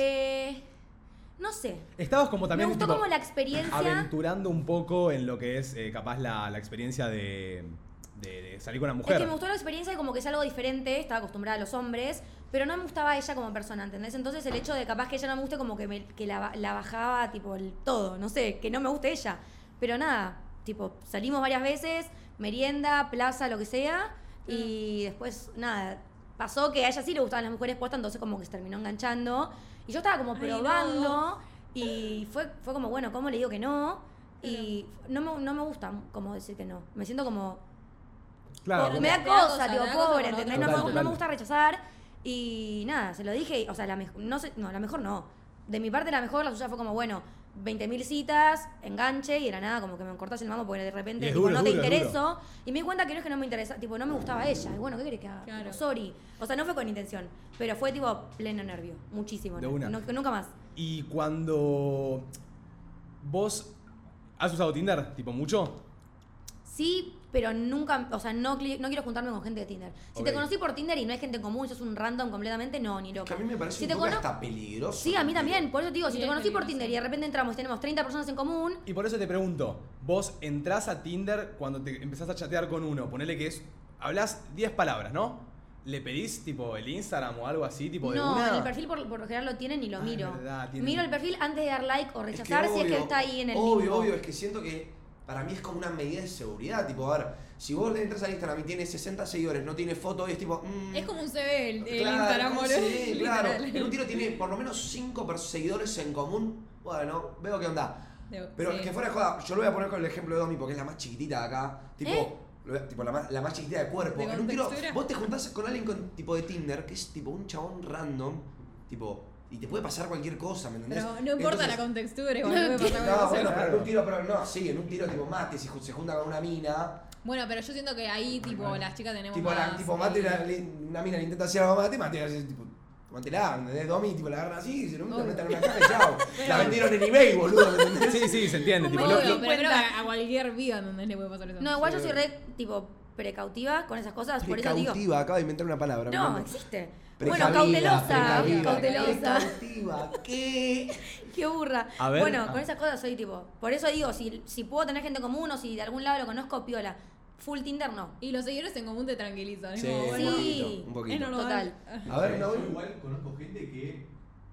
No sé. Estabas como también. me gustó tipo, como la experiencia. aventurando un poco en lo que es capaz la experiencia de salir con una mujer. Es que me gustó la experiencia y como que es algo diferente, estaba acostumbrada a los hombres, pero no me gustaba ella como persona, ¿entendés? Entonces el hecho de capaz que ella no me guste como que, que la bajaba tipo el todo, no sé, que no me guste ella. Pero nada, tipo, salimos varias veces, merienda, plaza, lo que sea, y después nada, pasó que a ella sí le gustaban las mujeres puestas, entonces como que se terminó enganchando. Y yo estaba como Ay, probando, no. y fue como, bueno, ¿cómo le digo que no? Y no me gusta como decir que no. Me siento como... Claro, me da Te da cosa, cosa, te tipo, da cosa pobre, por la ¿entendés? otra No persona. me, no me gusta rechazar. Y nada, se lo dije. O sea, la mejor no. De mi parte, la mejor, la suya fue como, bueno, 20.000 citas, enganche, y de la nada, como que me cortás el mambo porque de repente Y es tipo, duro, no te es duro, es intereso. Y me di cuenta que no es que no me interesa, tipo, no me gustaba ella. Y bueno, ¿qué querés que haga? Claro. Tipo, sorry. O sea, no fue con intención, pero fue tipo pleno nervio. Muchísimo. De una. Nunca más. Y cuando vos has usado Tinder, tipo mucho, Sí, pero nunca, o sea, no quiero juntarme con gente de Tinder. Si te conocí por Tinder y no hay gente en común, sos un random completamente, no, ni loca. Que a mí me parece si un te poco hasta peligroso. Sí, a mí también, por eso te digo, si Sí, te es conocí por peligroso. Tinder y de repente entramos y tenemos 30 personas en común, Y por eso te pregunto, vos entrás a Tinder cuando te empezás a chatear con uno, ponele que es, hablas 10 palabras, ¿no? ¿Le pedís tipo el Instagram o algo así, tipo de no, una? en el perfil por lo general lo tienen y lo Ah, miro. es verdad, tienen- Miro el perfil antes de dar like o rechazar si es que está ahí en el Obvio, limbo. obvio, es que siento que para mí es como una medida de seguridad. Tipo, a ver, si vos entras al Instagram y tienes 60 seguidores, no tiene foto, y es tipo. Es como un CV el Claro, Instagram, boludo. sí, claro. Literal. En un tiro tiene por lo menos 5 seguidores en común. Bueno, veo qué onda. Pero Sí. es que fuera de joda, yo lo voy a poner con el ejemplo de Domi porque es la más chiquitita de acá. Tipo, tipo la más chiquitita de cuerpo. ¿De En un tiro, contextura? vos te juntás con alguien con tipo de Tinder, que es tipo un chabón random, tipo, y te puede pasar cualquier cosa, ¿me entendés? Pero no importa la Entonces- contextura, igual puede pasar cualquier No, cosa. bueno, pero en un tiro, pero no, sí, en un tiro tipo mate, si se junta con una mina. Bueno, pero yo siento que ahí, tipo, las chicas tenemos Tipo, más... tipo mate, una mina le intenta hacer algo a mate hace tipo. Mátela, ¿me entendés? Domi, tipo, la agarran así, se lo meten en una caja y chao. La vendieron en eBay, boludo, ¿me entendés? Sí, sí, se entiende. tipo, Obvio, lo- pero creo que a cualquier vida donde le puede pasar eso. No, igual yo soy re, tipo, precautiva con esas cosas, por eso digo. Precautiva, acabo de inventar una palabra. No, ¿no? existe. Precavida, Bueno, cautelosa, precavida, cautelosa. Precautiva, ¿qué? Qué burra. A ver, Bueno, con esas cosas soy tipo. Por eso digo, si puedo tener gente común o si de algún lado lo conozco, piola. Full Tinder no. Y los seguidores en común te tranquilizan. Sí, es como, un bueno, Sí. poquito. es normal. Total. A ver, no, yo igual conozco gente que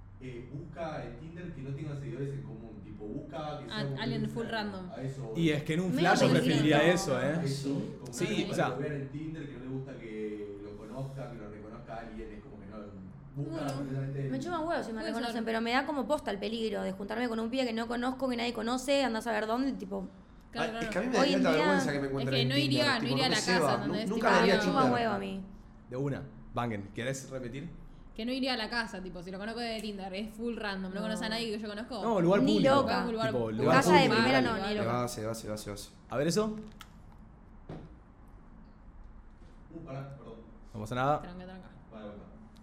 busca en Tinder que no tenga seguidores en común. Tipo, busca que sea un alguien influencer. full random. A eso. Y es que en un Medio flash yo peligro. preferiría eso, A ¿eh? eso, como Sí, que o sea- lo vean en Tinder, que no le gusta que lo conozca, que lo reconozca a alguien. Es como que no. Busca Bueno, completamente. Me chupan huevos si me Puede reconocen, ser. pero me da como posta el peligro de juntarme con un pibe que no conozco, que nadie conoce, andás a ver dónde, tipo. Claro, Es claro. que a mí me Hoy daría en alta día- vergüenza que me encuentren Es que en no Tinder, iría- no tipo, iría a me la ceba. casa, ¿entendés? Nunca Tipo, me Me haría chupan Tinder. huevo a mí. De una. Banguen, ¿querés repetir? Que no iría a la casa, tipo, si lo conozco de Tinder, es full random, no conoce a nadie que yo conozco. No, lugar Ni público. loca. Tipo, En lugar casa de público. primera no, Vale, ni Se loca. va, se va, se va, se va. A ver eso. Pará, perdón. No pasa nada. Tranca, tranca. Vale, bueno.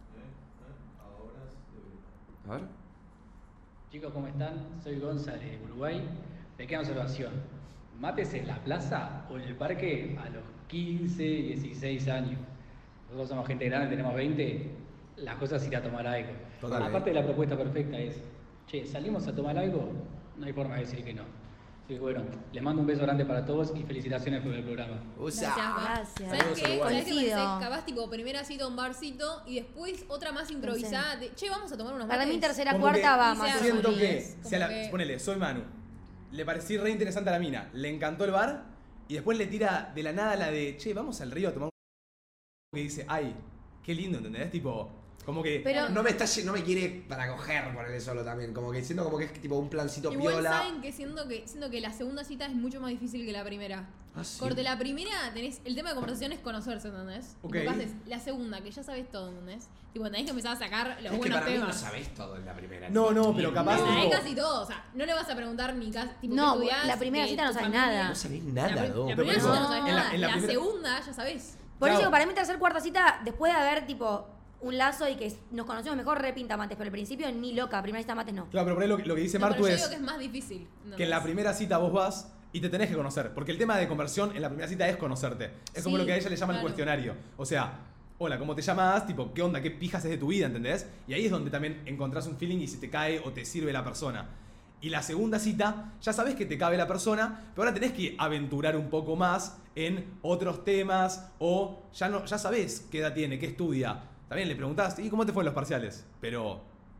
Ahora se A ver. Chicos, ¿cómo están? Soy Gonzalo de Uruguay. Pequeña observación. ¿Mates en la plaza o en el parque a los 15, 16 años? Nosotros somos gente grande, tenemos 20. Las cosas es ir a tomar algo. Total, Aparte de la propuesta perfecta es, che, ¿salimos a tomar algo? No hay forma de decir que no. Así que bueno, les mando un beso grande para todos y felicitaciones por el programa. Usa. Gracias. ¿Sabes qué? Uruguay. ¿Sabes qué pensé? Coincido. Capaz, tipo, primera cita a un barcito y después otra más improvisada. De, che, vamos a tomar unos Para mí mates. tercera, Como cuarta que va y más. sea- Siento seguro. que, es si a la- como que- ponele, soy Manu. Le parecí re interesante a la mina. Le encantó el bar y después le tira de la nada la de, che, vamos al río a tomar un... Que dice, ay, qué lindo, ¿entendés? Tipo, como que... Pero No me quiere para coger por él solo también. Como que siento como que es tipo un plancito Igual piola. saben que siento que la segunda cita es mucho más difícil que la primera. Ah, sí. Corte, la primera tenés. El tema de conversación es conocerse, ¿entendés? Ok. Tipo, ¿qué haces? La segunda, que ya sabes todo, ¿entendés? Tipo, tenés que empezar a sacar los Es que buenos para mí no temas. sabés todo en la primera. No, no, pero capaz- Sabés tipo- casi todo, o sea, no le vas a preguntar ni casi. Tipo, No, ¿qué estudiás? la primera ¿Qué cita no tu sabés familia? nada. No sabés La, nada, pri- Dom. la Pero primera por cita eso, no sabés en la- nada. en la La primera- segunda ya sabés. por eso Claro. digo, para mí tercer, cuarta cita, después de haber tipo un lazo y que nos conocemos mejor, repinta mates, pero al principio ni loca, primera cita mates no. Claro, pero por ahí lo que dice No, Martu pero yo es digo que es más difícil. que en la primera cita vos vas y te tenés que conocer. Porque el tema de conversión en la primera cita es conocerte. Es como Sí, lo que a ella le llama el claro. cuestionario. O sea, hola, ¿cómo te llamas? Tipo, ¿qué onda? ¿Qué pijas es de tu vida? ¿Entendés? Y ahí es donde también encontrás un feeling y si te cae o te sirve la persona. Y la segunda cita, ya sabés que te cabe la persona, pero ahora tenés que aventurar un poco más en otros temas o ya sabés qué edad tiene, qué estudia. También le preguntás, ¿y cómo te fue en los parciales? Pero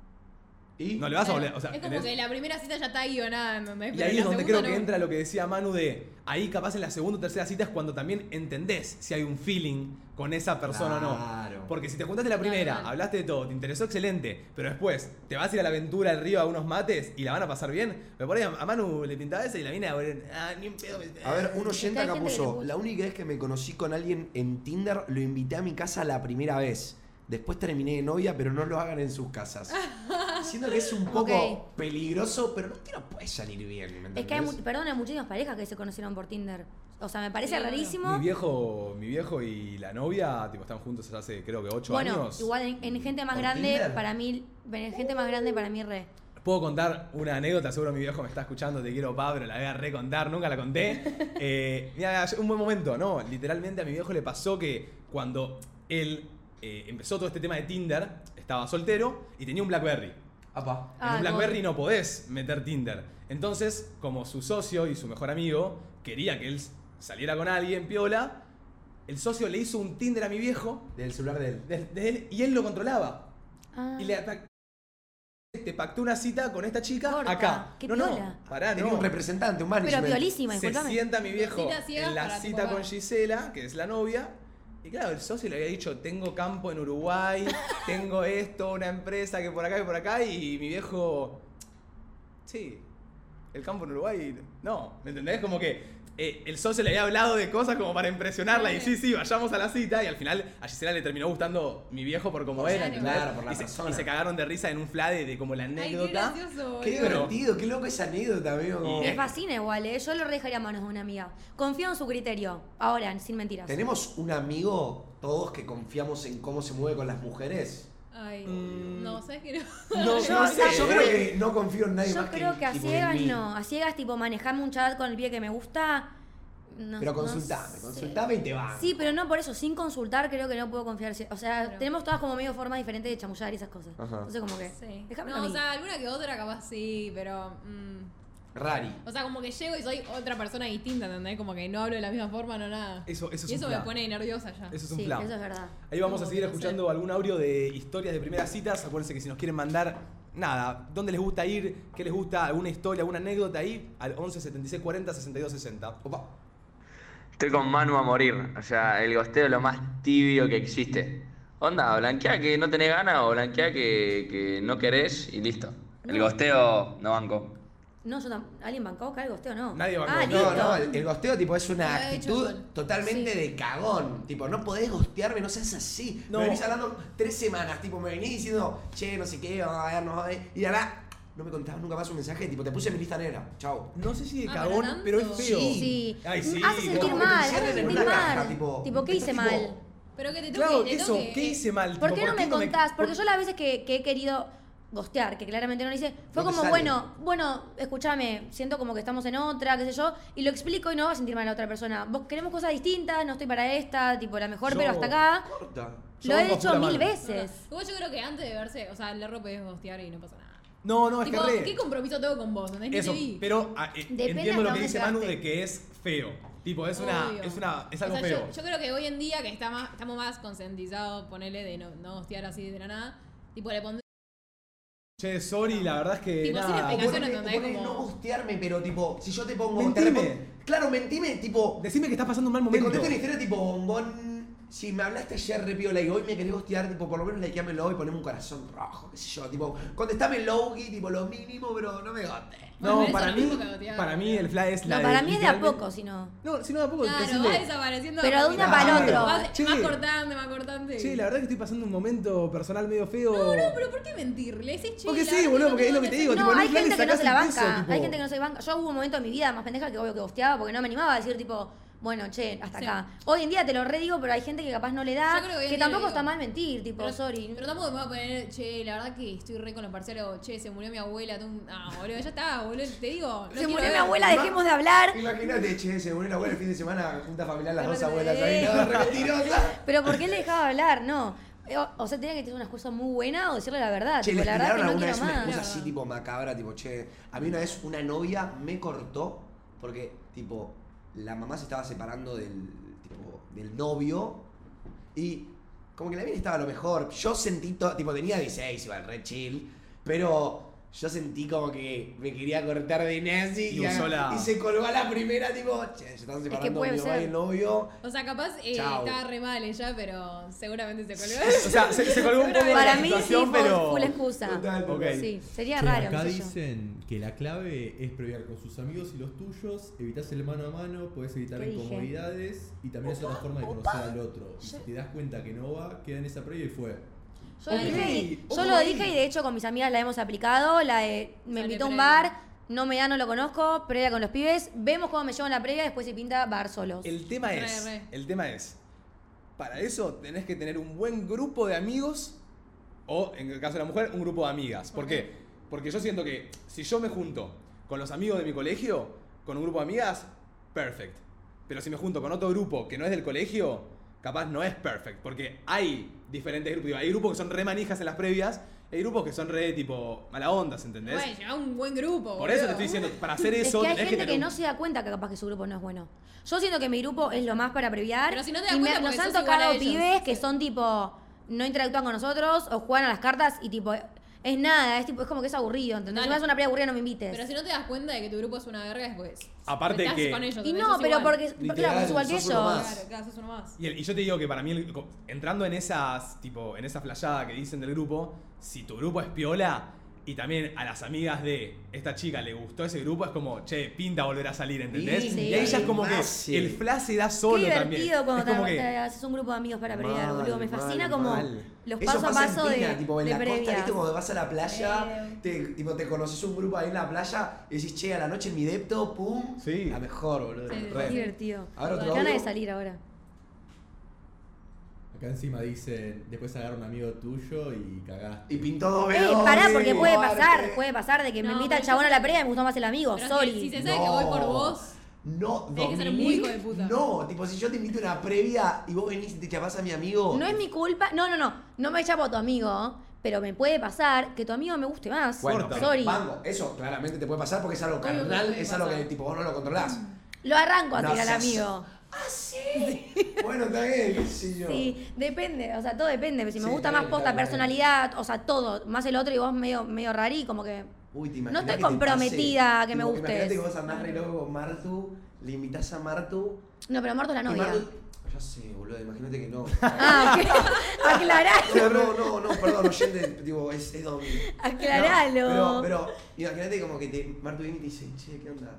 ¿Y? no le vas a Claro, volver. O sea, es como ¿entendés? que la primera cita ya está guionada, ¿entendés? Y Pero ahí en es la donde segunda creo que no. entra lo que decía Manu de ahí capaz en la segunda o tercera cita es cuando también entendés si hay un feeling con esa persona o Claro. no. Porque si te juntaste la primera, Claro. hablaste de todo, te interesó excelente, pero después te vas a ir a la aventura al río a unos mates y la van a pasar bien. Pero por ahí a Manu le pintaba esa y la mina, ni un pedo. A ver, un oyente hay acá gente que le puso, gusta. la única vez que me conocí con alguien en Tinder, lo invité a mi casa la primera vez. Después terminé de novia, pero no lo hagan en sus casas. Siento que es un poco Ok. peligroso, pero no te lo puede salir bien, ¿me entendés? Es que hay, perdón, hay muchísimas parejas que se conocieron por Tinder. O sea, me parece Sí, rarísimo. Mi viejo y la novia, tipo, están juntos hace creo que 8 Bueno, años. igual en gente más ¿Por grande, Tinder? para mí, en gente más grande para mí re. Puedo contar una anécdota, seguro mi viejo me está escuchando, te quiero Pablo, la voy a recontar, nunca la conté. Mira, un buen momento, ¿no? Literalmente a mi viejo le pasó que cuando él empezó todo este tema de Tinder, estaba soltero y tenía un BlackBerry. En un BlackBerry no podés meter Tinder. Entonces, como su socio y su mejor amigo quería que él saliera con alguien, piola, el socio le hizo un Tinder a mi viejo. Del celular de él. De él, y él lo controlaba. Y te pactó una cita con esta chica Corta. acá. Qué no, piola. Pará, Tenía un representante, un management. Pero piolísima, Se disculpame. sienta mi viejo Citas ciegas en la para tu cita papá. con Gisela, que es la novia. Y claro, el socio le había dicho, tengo campo en Uruguay, tengo esto, una empresa que por acá, y mi viejo... Sí, el campo en Uruguay, no, ¿me entendés? Como que el socio le había hablado de cosas como para impresionarla y sí, vayamos a la cita, y al final a Gisela le terminó gustando mi viejo por cómo era, ¿entendés? Claro, por la y persona. y se cagaron de risa en un flade de como la anécdota. Ay, qué gracioso, Qué boludo. divertido, qué loco esa anécdota, amigo. como- Me fascina igual, yo lo dejaría a manos de una amiga. Confío en su criterio, ahora, sin mentiras. ¿Tenemos un amigo, todos, que confiamos en cómo se mueve con las mujeres? Ay, no, ¿sabes qué? No, Yo sé. creo que no confío en nadie Yo más creo que a tipo, en ciegas mí. no. A ciegas, tipo, manejarme un chat con el pie que me gusta. No, Pero no consultame sé. y te van. Sí, pero no por eso. Sin consultar, creo que no puedo confiar. O sea, Claro. tenemos todas como medio formas diferentes de chamullar y esas cosas. Ajá. Entonces, como que. Sí. Déjame No, a mí. o sea, alguna que otra capaz sí, pero... Rari. O sea, como que llego y soy otra persona distinta, ¿entendés? Como que no hablo de la misma forma, no nada. Eso es y un eso me plan. pone nerviosa ya. Eso es un Sí, plan. eso es verdad. Ahí vamos a No, seguir no sé. escuchando algún audio de historias de primeras citas. Acuérdense que si nos quieren mandar nada, dónde les gusta ir, qué les gusta, alguna historia, alguna anécdota ahí, al 11 76 40 62 60. Opa. Estoy con Manu a morir. O sea, el gosteo es lo más tibio que existe. Onda, blanquea que no tenés ganas o blanquea que no querés y listo. El gosteo no banco. No, yo tampoco. ¿Alguien bancó acá el gosteo? No. Nadie bancó. Ah, No, listo. No, el gosteo tipo es una Lo he hecho actitud igual. totalmente Sí. de cagón. Tipo, no podés gostearme, no seas así. No. Me venís hablando 3 semanas, tipo, me venís diciendo, che, no sé qué, y de verdad, no me contabas nunca más un mensaje, tipo, te puse en mi lista negra. Chao. No sé si de Ah, cagón, ¿para pero es tanto? feo. Sí. Ay, sí. Hace sentir como que te mal, hace encierren en sentir una mal. caja, tipo, ¿qué hice tipo, mal? Pero que te toque, Claro, te eso, toque. ¿qué hice mal? ¿Por Tipo, qué no me no contás? Porque yo las veces que he querido gostear, que claramente no lo hice, fue No te como, sale. bueno, escúchame, siento como que estamos en otra, qué sé yo, y lo explico y no va a sentir mal a la otra persona. Vos queremos cosas distintas, no estoy para esta, tipo la mejor, Yo- pero hasta acá. Corta. Yo Lo he banco hecho pura 1000 mano. veces. Igual yo creo que antes de verse, o sea, el error podés gostear y no pasa nada. No, es Tipo, que re. ¿qué compromiso tengo con vos? ¿Entendés? Eso, Ni te vi. pero Depende entiendo hasta lo que dónde dice Manu llegaste. de que es feo. Tipo, es Obvio. es O algo sea, feo. yo creo que hoy en día que estamos más concientizados, ponele, de no gostear así de la nada, tipo, le pondré... Che, sorry, la verdad es que Tipo, sin nada. explicación. Ponele- ¿entendés? ponele Como- no gostearme, pero tipo, si yo te pongo. Mentime. Te respondo- claro, mentime, tipo. Decime que estás pasando un mal Te momento. contesto una historia tipo bombón. Si me hablaste ayer re piola y hoy me querés gostear, tipo, por lo menos likeámelo y poneme un corazón rojo, qué sé yo, tipo, contestame low-key, tipo, lo mínimo, pero no me gotes. No, Bueno, para eso no mí, es lo que para mí el fly es la No, para mí es de a literalmente- poco, si no. No, si no de a poco. Claro, decirle, va desapareciendo. Pero de una Claro. para el otro. Más, Che. más cortante. Che, la verdad que estoy pasando un momento personal medio feo. No, pero ¿por qué mentir? Le decís, che, Porque la sí, verdad boludo, no porque es lo tengo que te digo, hacer. tipo, No, en hay un plan gente que no se la sacás el banca. peso, tipo. Hay gente que no se banca. Yo hubo un momento en mi vida más pendeja que obvio que gosteaba porque no me animaba a decir tipo, bueno, che, hasta Sí. acá. Hoy en día te lo redigo, pero hay gente que capaz no le da. Yo creo que hoy en Que día tampoco le está digo. mal mentir, tipo, Pero, sorry. pero tampoco me voy a poner, che, la verdad que estoy re con los parciales, o che, se murió mi abuela. Boludo, ya está, boludo, te digo. no Se quiero murió mi ver. abuela, dejemos de hablar. Imagínate, che, se murió la abuela el fin de semana, junta familiar, las dos Pero- abuelas ahí, no, re mentirosa. Pero ¿por qué le dejaba hablar? No. O sea, tenía que tener una excusa muy buena o decirle la verdad. Che, tipo, les la verdad tiraron que no alguna quiero vez una más. excusa así, tipo, macabra, tipo, che, a mí una vez una novia me cortó porque, tipo, la mamá se estaba separando del novio y como que la mina estaba a lo mejor. Yo sentí, tipo, tenía 16, igual, re chill, pero yo sentí como que me quería cortar de nazi Y usó la- y se colgó a la primera, tipo, che, se estaban que separando puede mi mamá ser. y el novio. O sea, capaz Chao. estaba re mal ella, pero seguramente se colgó. O sea, se colgó un poco de Para la mí sí situación, fue pero... full excusa. Total, Ok. Sí, sería Che, raro. acá qué sé yo. dicen que la clave es previar con sus amigos y los tuyos, evitas el mano a mano, puedes evitar ¿Qué dije? incomodidades y también es otra forma de conocer al otro. Y si te das cuenta que no va, queda en esa previa y fue. Yo lo Ok, dije y- ojo yo lo ahí. dije y de hecho con mis amigas la hemos aplicado. La de me Sale invitó a un previa. bar, no me da, no lo conozco, previa con los pibes. Vemos cómo me llevo en la previa, después se pinta bar solos. El tema es, Re. para eso tenés que tener un buen grupo de amigos o, en el caso de la mujer, un grupo de amigas. ¿Por qué? Porque yo siento que si yo me junto con los amigos de mi colegio, con un grupo de amigas, perfect. Pero si me junto con otro grupo que no es del colegio, capaz no es perfect. Porque hay diferentes grupos. Hay grupos que son re manijas en las previas, hay grupos que son re tipo mala ondas, ¿entendés? Bueno, lleva un buen grupo. Por eso te estoy diciendo, para hacer eso... Es que hay gente tener que no se da cuenta que capaz que su grupo no es bueno. Yo siento que mi grupo es lo más para previar. Pero si no te das cuenta, nos porque han sos igual a tocado ellos. pibes que son tipo, no interactúan con nosotros o juegan a las cartas y tipo, es nada, es como que es aburrido, ¿entendés? Si Dale. me haces una previa aburrida no me invites. Pero si no te das cuenta de que tu grupo es una verga después. Aparte estás que- con ellos, Y ¿entendés? no, Sos pero igual. porque, Literal, claro, sos igual que sos uno ellos. más. Claro, sos uno más. Y yo te digo que para mí, entrando en esas, tipo, en esa flayada que dicen del grupo, si tu grupo es piola y también a las amigas de esta chica le gustó ese grupo, es como, che, pinta volver a salir, ¿entendés? Sí, y ahí ya es como que sí. el flash se da Qué solo divertido también. cuando Es como te que, haces un grupo de amigos para previar, Mal, boludo. Me fascina mal, como mal. los Eso paso a pasa en paso Pina, de, tipo en de la costa, previas. ¿viste? Cuando vas a la playa, te conoces un grupo ahí en la playa y decís, che, a la noche en mi depto, pum. Sí. La mejor, boludo. Sí, Re. Qué divertido. A ver, otro Qué ganas de audio. salir ahora. Acá encima dicen, después agarra un amigo tuyo y cagaste. Y pintó dos Ey, veces. pará, porque puede muerte. pasar de que me No, invita el pero chabón yo a la sé- previa y me gustó más el amigo. Pero Sorry. si se sabe que voy por vos, No, Tenés que ser muy Dominique, hijo de puta. no, tipo si yo te invito a una previa y vos venís y te chapás a mi amigo. No es mi culpa. No me chapo a tu amigo, pero me puede pasar que tu amigo me guste más. Bueno, pero, Sorry. Mango, eso claramente te puede pasar porque es algo Obvio que carnal, puede es algo que pasar. tipo vos no lo controlás. Lo arranco a No tirar al seas- amigo. Ah, sí. Bueno, está bien, qué sé yo. Sí, depende, o sea, todo depende. Si me Sí, gusta está más bien, posta, está bien. personalidad, o sea, todo, más el otro y vos medio rari, como que. Uy, te No imaginas estoy que te comprometida pase, a que me tipo, gustes. Imagínate que vos andás re loco con Martu, le invitás a Martu. No, pero Marto es la y novia. Martu. Ya sé, boludo, imagínate que no. Ah, ok. Aclaralo. No, perdón, oyente, digo, es Domi. Aclaralo. No, pero imagínate como que Martu viene y te dice, che, ¿qué onda?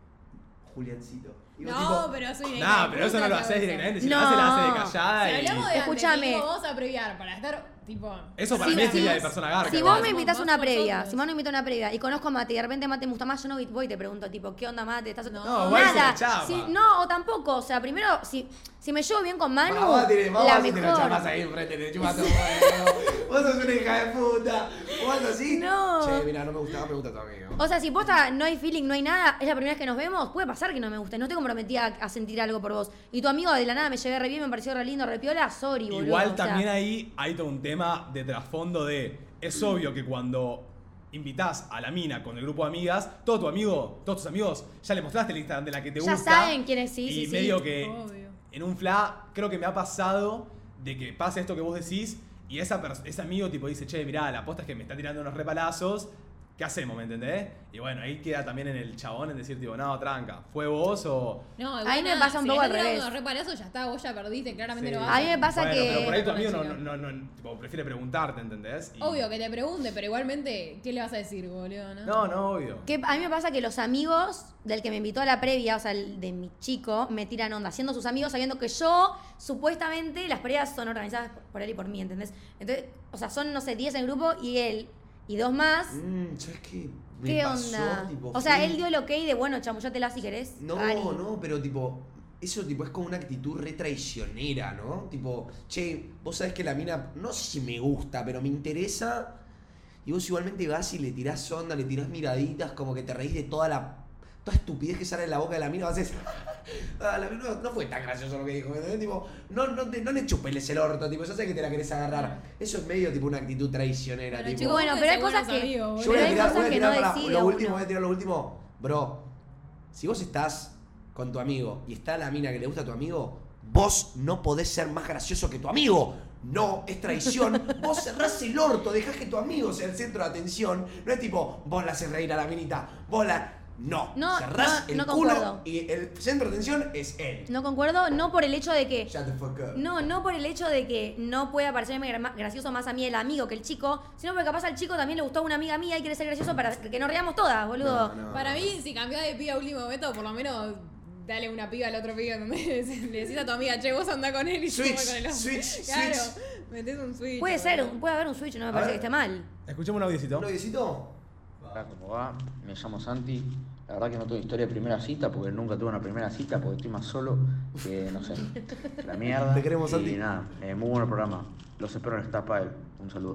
Juliancito. Y vos no, tipo, pero soy nah, pero eso no lo haces directamente. Si lo No. haces, la haces de callada. Si y- hablamos de Escúchame. antes, vamos a previar para estar, tipo... Eso para Sí, mí es sí. sería de persona garca. Si igual. vos me invitas a una Más previa, nosotros. si vos me invitas a una previa y conozco a Mate y de repente Mate me gusta más, yo no voy y te pregunto, tipo, ¿qué onda Mate? ¿Estás No, igual se la nada? chapa. No, o tampoco. O sea, primero, si me llevo bien con Manu, Vamos, la te lo chapás mejor. ahí enfrente, te chupas todo huevo. Vos sos una hija de puta. Vos así. No. Che, mira, no me gusta tu amigo. O sea, si posta no hay feeling, no hay nada, es la primera vez que nos vemos, puede pasar que no me guste. No estoy comprometida a sentir algo por vos. Y tu amigo de la nada me llevé re bien, me pareció re lindo, re piola, sorry, boludo. Igual o sea. también ahí hay todo un tema de trasfondo de... Es obvio que cuando invitás a la mina con el grupo de amigas, todos tus amigos, ya le mostraste el Instagram de la que te Ya gusta. saben quién es, sí, Y sí, medio sí. que Obvio. en un fla, creo que me ha pasado de que pase esto que vos decís y ese amigo tipo dice, che, mirá, la posta es que me está tirando unos repalazos. ¿Qué hacemos, me entendés? Y bueno, ahí queda también en el chabón en decir, tipo, no, tranca, ¿fue vos o...? No, A mí me pasa un poco al revés. Si reparazo, ya está, vos ya perdiste, claramente Sí. lo vas A mí me pasa Bueno, que... pero por ahí tu amigo Con la no, tipo, prefiere preguntarte, ¿entendés? Y- Obvio que te pregunte, pero igualmente, ¿qué le vas a decir, boludo? No, obvio. Que a mí me pasa que los amigos del que me invitó a la previa, o sea, el de mi chico, me tiran onda, siendo sus amigos, sabiendo que yo, supuestamente, las previas son organizadas por él y por mí, ¿entendés? Entonces, o sea, son, no sé, 10 en el grupo y él y 2 más. ¿Sabes qué? Me ¿Qué pasó, onda? tipo, O sea, fui- él dio el ok de, bueno, chamullatela si querés. No, Ari. no, pero tipo, eso tipo es como una actitud re traicionera, ¿no? Tipo, che, vos sabés que la mina, no sé si me gusta, pero me interesa. Y vos igualmente vas y le tirás onda, le tirás miraditas, como que te reís de toda estupidez que sale de la boca de la mina, vas a decir, ah, la mina no fue tan gracioso lo que dijo, ¿entendés? Tipo, no le chupeles el orto, tipo, yo sé que te la querés agarrar. Eso es medio tipo una actitud traicionera, Pero, tipo. chicos, Bueno, pero hay buenos cosas que- amigos, Yo Pero voy a hay tirar, cosas voy a que tirar no para decide lo uno. último, voy a tirar lo último. Bro, si vos estás con tu amigo y está la mina que le gusta a tu amigo, vos no podés ser más gracioso que tu amigo. No, es traición. Vos cerrás el orto, dejás que tu amigo sea el centro de atención. No es tipo, vos la haces reír a la minita, vos la... No, No, cerrás no, el no culo concuerdo. y el centro de atención es él. No concuerdo, no por el hecho de que... Shut the fuck up. No por el hecho de que no pueda parecerme gracioso más a mí el amigo que el chico, sino porque capaz al chico también le gustó una amiga mía y quiere ser gracioso para que nos riamos todas, boludo. No, no. Para mí, si cambiás de piba a último momento, por lo menos dale una piba al otro piba. Le decís a tu amiga, che, vos andá con él y yo voy Switch, con el otro. switch, Claro, switch. metés un switch. Puede boludo. ser, puede haber un switch, no me A parece ver. que esté mal. Escuchemos un audiocito. ¿Un noviecito? Hola, ¿cómo va? Me llamo Santi. La verdad que no tengo historia de primera cita porque nunca tuve una primera cita porque estoy más solo que, no sé, la mierda. Te queremos, Santi. Y nada, muy buen programa. Los espero en Stapael. Un saludo.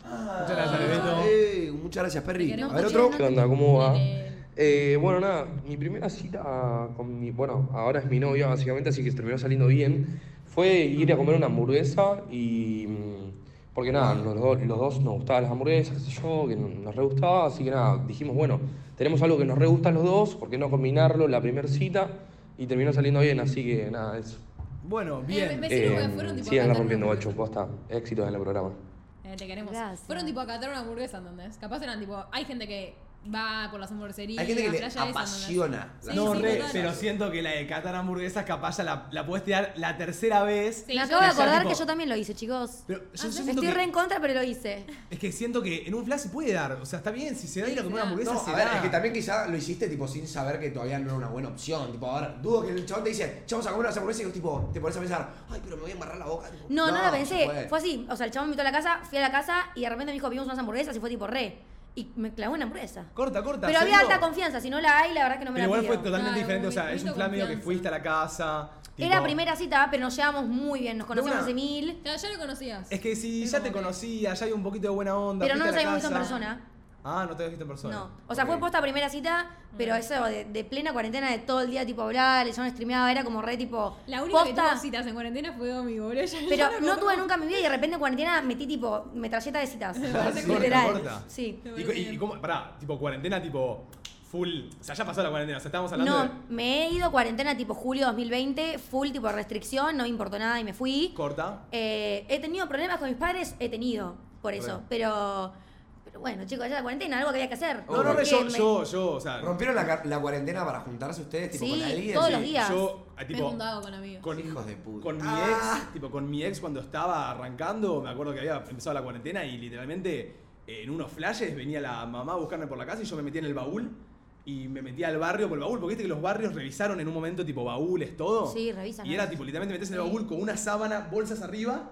Muchas gracias, Beto. Muchas gracias, Perry. No, A ver, otro. ¿Qué onda? ¿Cómo va? Bueno, nada, mi primera cita con bueno, ahora es mi novia básicamente, así que terminó saliendo bien. Fue ir a comer una hamburguesa y... Porque nada, los dos nos gustaban las hamburguesas, qué sé yo, que nos re gustaba, así que nada, dijimos, bueno, tenemos algo que nos re gusta a los dos, ¿por qué no combinarlo la primera cita? Y terminó saliendo bien, así que nada, eso. Bueno, bien. Me sirve porque fueron tipo Sigan a catar rompiendo, una guacho, posta, éxitos en el programa. Te queremos. Gracias. Fueron tipo a catar una hamburguesa, ¿entendés? Capaz eran tipo. Hay gente que va por las hamburgueserías. Hay gente que le playa esa, apasiona. Sí, No, sí, re, total. pero siento que la de catar hamburguesas capaz ya la puedes tirar la tercera vez. Sí, Me acabo de ya acordar tipo- que yo también lo hice, chicos. Pero yo siento Estoy que, re en contra, pero lo hice. es que siento que en un flash se puede dar. O sea, está bien, si se da ir a comer una hamburguesa, No, se a ver, da. es que también quizá lo hiciste tipo sin saber que todavía no era una buena opción. Tipo, a ver, dudo que el chabón te dice, vamos a comer unas hamburguesas y vos tipo, te pones a pensar, ay, pero me voy a embarrar la boca. Tipo, No la pensé. se puede. Fue así. O sea, el chabón me invitó a la casa, fui a la casa y de repente me dijo, vimos unas hamburguesas y fue tipo re. Y me clavó una hamburguesa. Corta. Pero había ¿serio? alta confianza. Si no la hay, la verdad que no me Pero la igual pido. fue totalmente Claro, diferente. O sea, es un poquito plan medio que confianza. fuiste a la casa. tipo- Era primera cita, pero nos llevamos muy bien. Nos conocíamos una- hace mil. Claro, ya lo conocías. Es que si Es ya como te que- conocía, ya hay un poquito de buena onda. Pero no nos fuiste a la habíamos visto en casa. persona. Ah, no te habías visto en persona. No. O sea, fue Ok. posta primera cita, pero eso de plena cuarentena, de todo el día tipo hablar, el chabón streameaba, era como re tipo. La única que posta. tuvo citas en cuarentena fue Domi, boludo. Ya Pero ya no lo tuve nunca en mi vida y de repente en cuarentena metí tipo metralleta de citas. Corta, Literal. corta. Sí. ¿Y cómo? Pará, tipo cuarentena, tipo full. O sea, ya pasó la cuarentena. O sea, estábamos hablando No, me he ido cuarentena tipo julio 2020, full tipo restricción, no me importó nada y me fui. Corta. He tenido problemas con mis padres, he tenido, por eso. Re. Pero bueno, chicos, ya la cuarentena, algo que había que hacer. No, no, Porque yo, o sea. ¿Rompieron la cuarentena para juntarse ustedes tipo Sí, con alguien? todos Sí. los días. Yo, Me he tipo. juntado con amigos. Con, Hijos de puta. Con mi Ah. ex, tipo con mi ex cuando estaba arrancando, me acuerdo que había empezado la cuarentena y literalmente en unos flashes venía la mamá a buscarme por la casa y yo me metía en el baúl y me metía al barrio por el baúl, porque viste que los barrios revisaron en un momento tipo baúles, todo. Sí, revisan. Y era tipo literalmente meterse en el baúl con una sábana, bolsas arriba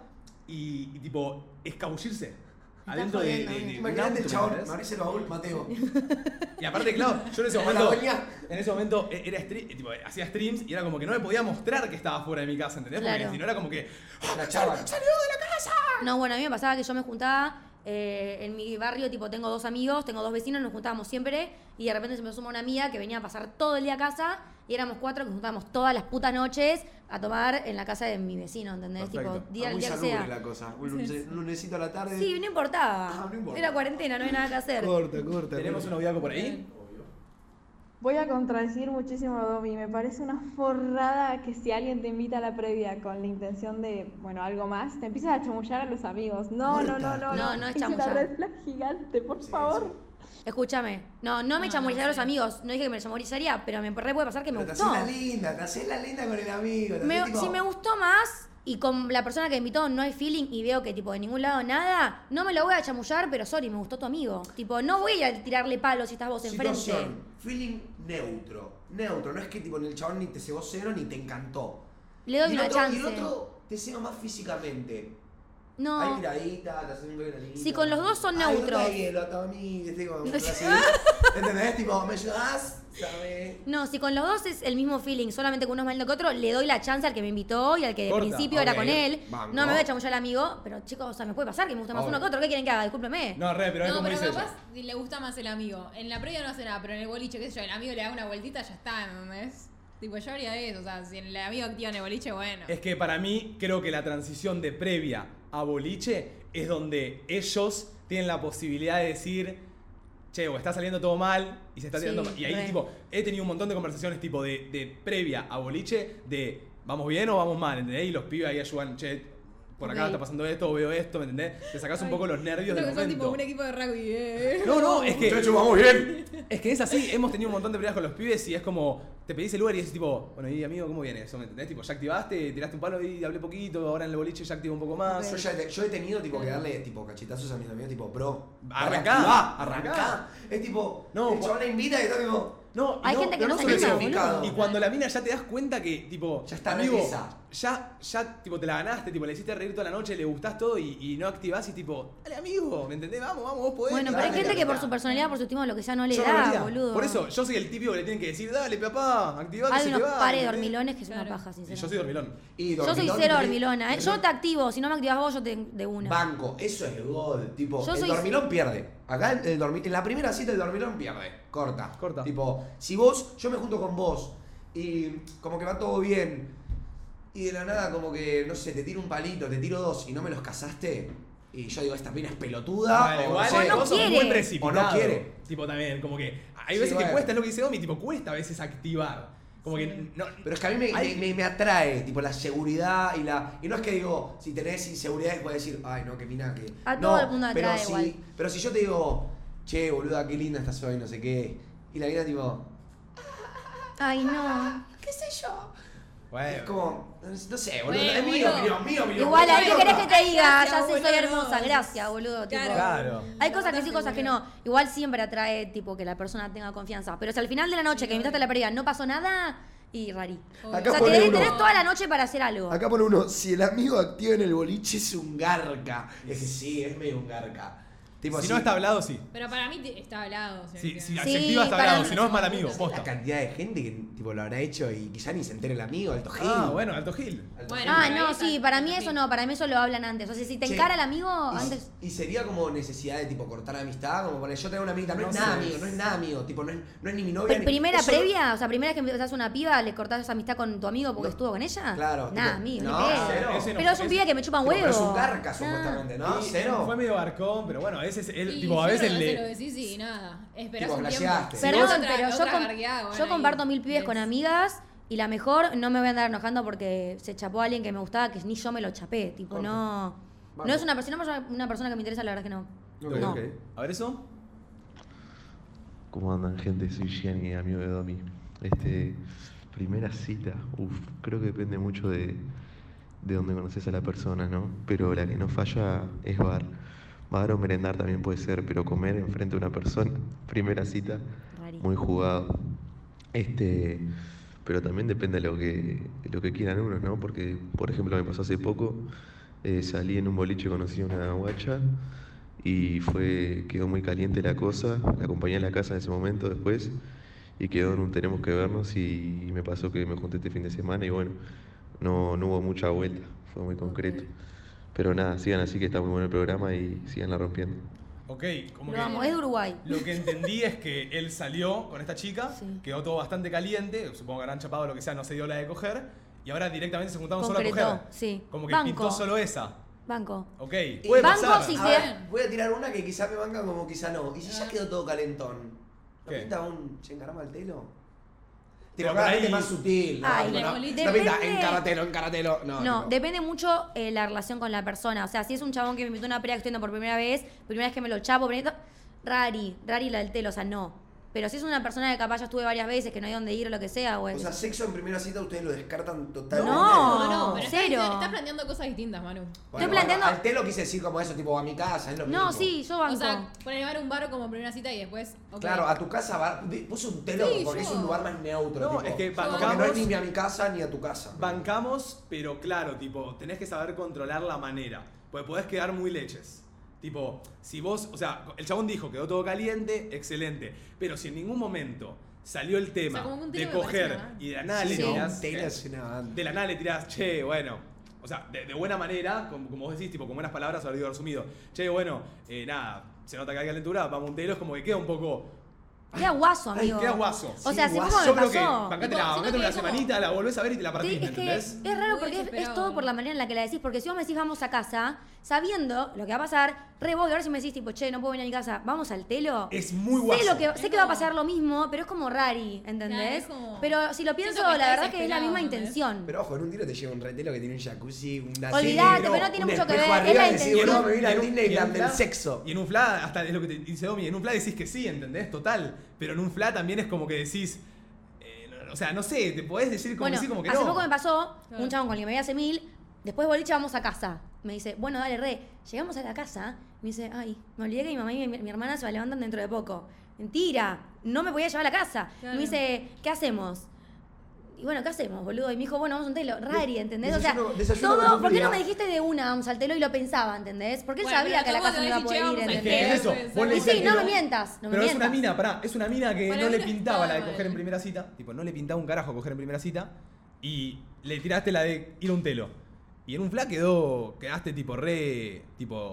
y tipo escabullirse adentro de un Imagínate el auto, chabón, ¿entendés? me abrís el baúl, Mateo. Y aparte, claro, yo en ese Hola, momento, doña. era tipo, hacía streams y era como que no me podía mostrar que estaba fuera de mi casa, ¿entendés? Porque Claro. si no era como que La chava. ¡salió de la casa! No, bueno, a mí me pasaba que yo me juntaba en mi barrio, tipo, tengo dos amigos, tengo dos vecinos, nos juntábamos siempre y de repente se me suma una amiga que venía a pasar todo el día a casa y éramos cuatro que nos juntábamos todas las putas noches a tomar en la casa de mi vecino, ¿entendés? Perfecto. Tipo, día al Muy día que salubre sea. la cosa. Un lunesito a la tarde. Sí, no importaba. Ah, no importa. Era cuarentena, no hay nada que hacer. Corta. ¿Tenemos un audiaco por ahí? Voy a contradecir muchísimo a Domi. Me parece una forrada que si alguien te invita a la previa con la intención de, bueno, algo más, te empiezas a chamullar a los amigos. No. No es Es una chamullar. red flag gigante, por favor. Escúchame. No me chamullaría a los amigos. No dije que me chamullaría, pero me re puede pasar que me Pero te gustó. haces la linda con el amigo. te haces tipo- Si me gustó más y con la persona que me invitó no hay feeling y veo que tipo de ningún lado nada, no me lo voy a chamullar, pero sorry, me gustó tu amigo. Tipo, no voy a tirarle palos si estás vos enfrente. Situación, feeling neutro. No es que tipo ni el chabón ni te cebó cero ni te encantó. Le doy Y el una otro- chance. Y el otro te ceba más físicamente. Hay No. miradita, te haces un miradita. Si con los dos son Ay, neutros. no te hielo, Tommy, estoy como así. ¿Entendés? Tipo, ¿me ayudás? ¿Sabes? No, si con los dos es el mismo feeling, solamente que uno es más lindo que otro, le doy la chance al que me invitó y al que de Corta, principio era ok, con él. banco. No me voy a chamullar al amigo, pero chicos, o sea, me puede pasar que me guste más Obvio. uno que otro. ¿Qué quieren que haga? Discúlpeme. No, pero es No, como pero dice ella. capaz le gusta más el amigo. En la previa no hace nada, pero en el boliche, qué sé yo, el amigo le da una vueltita, ya está, ¿entendés? Tipo, yo haría eso, o sea, si el amigo activa en el boliche, bueno. Es que para mí creo que la transición de previa a boliche es donde ellos tienen la posibilidad de decir, che, o está saliendo todo mal y se está Sí, tirando mal. Y ahí re. tipo, he tenido un montón de conversaciones tipo de previa a boliche, de vamos bien o vamos mal, ¿entendés? Y los pibes ahí ayudan, che, por acá Ok. está pasando esto, veo esto, ¿me entendés? Te sacás un poco los nervios Creo del que son tipo momento. un equipo de rugby, No, es que Muchachos, vamos bien. es que es así, hemos tenido un montón de peleas con los pibes y es como, te pedís el Uber y es tipo, bueno, y amigo, ¿cómo viene eso? ¿Me entendés? Tipo, ya activaste, tiraste un palo y hablé poquito, ahora en el boliche ya activo un poco más. Yo he tenido tipo que darle tipo cachetazos a mis amigos, tipo, bro, Arrancá. arrancá. Es tipo, No, el chabón la invita y está tipo, No, Hay gente que no se solo eso, boludo. Y cuando la mina ya te das cuenta que, tipo, Ya está amigo, esa. ya, tipo, te la ganaste, tipo, le hiciste reír toda la noche, le gustás todo y no activás y tipo, dale amigo, ¿me entendés? Vamos, vos podés. Bueno, pero hay Dale, gente que por dale. su personalidad, por su estima, lo que sea, no le Yo no da, haría. boludo. Por eso, yo soy el típico que le tienen que decir, dale, papá, activate, Hay se te unos va. pares de ¿entendés? dormilones que es una Claro. paja, Y sinceramente. yo soy dormilón. Y Yo soy dormilón, cero tenés- dormilona, Yo te activo, si no me activas vos, yo te de una. Banco, eso es gol. Tipo, Yo el soy- dormilón pierde. Acá en la primera cita el dormilón pierde. Corta. Corta. Tipo, si yo me junto con vos y como que va todo bien y de la nada como que, no sé, te tiro un palito, te tiro dos y no me los casaste y yo digo, esta mina es pelotuda Vale, o igual, no sé, no vos sos quiere. muy precipitado. O no quiere. Tipo, también, como que hay Sí, veces que bueno. cuesta, es lo que dice Domi, tipo, cuesta a veces activar. Como que no. Pero es que a mí me atrae, tipo, la seguridad y no es que digo, si tenés inseguridades puedes decir, ay, no, que mina, que... A no, todo el mundo pero atrae igual. Pero si yo te digo, che, boluda, qué linda estás hoy, no sé qué, y la mina tipo, Ay, no. qué sé yo. Bueno. Es como, no sé, boludo, Bueno, es mi opinión. Igual ahí boludo. querés que te diga, Gracias, ya sé, soy boludo, hermosa, no. gracias, boludo. Tipo. Claro. Hay cosas que sí, cosas que no. Igual siempre atrae, tipo, que la persona tenga confianza. Pero si al final de la noche que invitaste a la previa no pasó nada, y rari. Acá O sea, pone uno. tenés toda la noche para hacer algo. Acá pone uno, si el amigo activa en el boliche es un garca. Es que sí, es medio un garca. Tipo, Si no está hablado, sí. Pero para mí está hablado. Si Sí, se activa, está para hablado. mí Si no, es mal amigo. la Posta. cantidad de gente que tipo lo habrá hecho y quizá ni se entere el amigo, alto gil. Ah, bueno, Alto Gil. Alto Bueno, gil. Ah, pero no, ahí sí, está, para mí está eso bien. no, para mí eso lo hablan antes. O sea, si te Che, encara el amigo, y- antes. Y sería como necesidad de tipo cortar amistad, como poner yo tengo una amiguita, no, No es nada sé. amigo, no es nada amigo, tipo, no es ni mi novia. ni- Primera eso- previa, o sea, primera vez que empezás una piba, le cortás esa amistad con tu amigo porque No. estuvo con ella. Claro, Nada, tipo, amigo, no, ni pedo. cero. Ese no, Pero es un pibe que me chupa un Tipo, huevo. pero es un garca, Nah. supuestamente, ¿no? Y Cero. Fue medio barcón, pero bueno, a veces él, Sí, tipo, a veces Se lo le. decís y nada. Esperás Tipo, un tiempo. flasheaste. Si no, Perdón, otra- pero otra gargueada, bueno, yo ahí comparto 1000 pibes ves. con amigas y la mejor no me voy a andar enojando porque se chapó a alguien que me gustaba, que ni yo me lo chapé. Tipo, Corta. no. Vamos. No es una persona que me interesa, la verdad que no. Ok, No. ok. A ver eso. ¿Cómo andan, gente? Soy Gianni, amigo de Domi. Primera cita, creo que depende mucho de dónde conoces a la persona, ¿no? Pero la que no falla es bar. Bar o merendar también puede ser, pero comer enfrente de una persona, primera cita, Rari. muy jugado. Pero también depende de lo que quieran unos, ¿no? Porque, por ejemplo, me pasó hace poco, salí en un boliche, conocí a una guacha y quedó muy caliente la cosa, la acompañé a la casa en ese momento después y quedó en un tenemos que vernos y me pasó que me junté este fin de semana y bueno, no hubo mucha vuelta, fue muy concreto. Pero nada, sigan así que está muy bueno el programa y siganla rompiendo. Ok, como Lo que. amo, es de Uruguay. Lo que entendí es que él salió con esta chica, Sí. quedó todo bastante caliente, supongo que habrán chapado lo que sea, no se dio la de coger, y ahora directamente se juntaron solo a Concretó, coger. sí. Como que Banco. pintó solo esa. Banco. Ok, puede banco pasar. sí. A ver, voy a tirar una que quizá me banca como quizá no. ¿Y si ya quedó todo calentón? ¿No ¿Qué? pinta un encarama al telo? Pero Tiro por ahí- más sutil. No, Ay, no, no, depende- no pinta encaratelo. No, tipo, depende mucho la relación con la persona. O sea, si es un chabón que me invitó a una pelea que estoy yendo por primera vez que me lo chapo, rari la del telo, o sea, no. Pero si es una persona que capaz ya estuve varias veces, que no hay dónde ir o lo que sea, O sea, sexo en primera cita ustedes lo descartan totalmente. No, pero cero. estás planteando cosas distintas, Manu. Bueno, planteando- Al telo quise decir como eso, tipo a mi casa, es lo mismo. No, sí, yo banco. O sea, por llevar un bar como primera cita y después. ok. Claro, a tu casa va. Puso un telo Sí, porque yo- es un lugar más neutro. No, tipo, es que como que no bancamos- es ni a mi casa ni a tu casa. Bancamos, pero claro, tipo, tenés que saber controlar la manera. Porque podés quedar muy leches. Tipo, si vos, o sea, el chabón dijo, quedó todo caliente, excelente. Pero si en ningún momento salió el tema O sea, como un de tiro me coger parece una y de la nada Sí, le sí. tirás. Un telo es una banda. De la nada le tirás, che, bueno. O sea, de buena manera, como vos decís, tipo, con buenas palabras, haber resumido. Che, bueno, nada, se nota que hay calentura, vamos a un telo, es como que queda un poco. Queda guaso, Ay, amigo. queda guaso. O sea, Sí, si guaso. como Yo me creo que pasó. bancátela Siento una que es semanita, la volvés a ver y te la partís, Sí, ¿me es que entendés? es raro Muy porque es desesperado. todo por la manera en la que la decís. Porque si vos me decís vamos a casa, sabiendo lo que va a pasar, re vos, y ahora si me decís tipo, che, no puedo venir a mi casa, vamos al telo. Es muy guaso. Sé que va a pasar lo mismo, pero es como rari, ¿entendés? Claro, es como- Pero si lo pienso, Siento que la está verdad que es la misma desesperado, intención. Pero ojo, en un tiro te lleva un retelo que tiene un jacuzzi, una Olvidate, serie, pero no tiene un mucho que espejo ver, arriba es la y decís, intención. boludo, me voy a ir Y en al un- Disneyland y en un del fla- sexo. Y en un fla, hasta es lo que te dice Domi, en un fla decís que sí, ¿entendés? Total. Pero en un fla también es como que decís. O sea, no sé, te podés decir como Bueno, que sí, como que hace no. poco me pasó Claro. un chabón con el que me veía hace 1000, después de boliche vamos a casa. Me dice, bueno, dale, re. Llegamos a la casa, me dice, ay, me olvidé que mi mamá y mi hermana se levantan dentro de poco. Mentira, no me podía llevar a la casa. Claro. Y me dice, ¿qué hacemos? Y bueno, ¿qué hacemos, boludo? Y me dijo, bueno, vamos a un telo. Rari, ¿entendés? Desayuno todo, con ¿por qué no fría. me dijiste de una vamos al telo y lo pensaba, ¿entendés? Porque él sabía que a la casa no iba a poder ir, Es ¿entendés? que es eso. Vos le Y decís sí, al no telo- me mientas, no me Pero es mientas. una mina, pará, es una mina que Para no mí le no pintaba la de está coger en mal. primera cita. Tipo, no le pintaba un carajo coger en primera cita. Y le tiraste la de ir a un telo. Y en un fla quedaste tipo re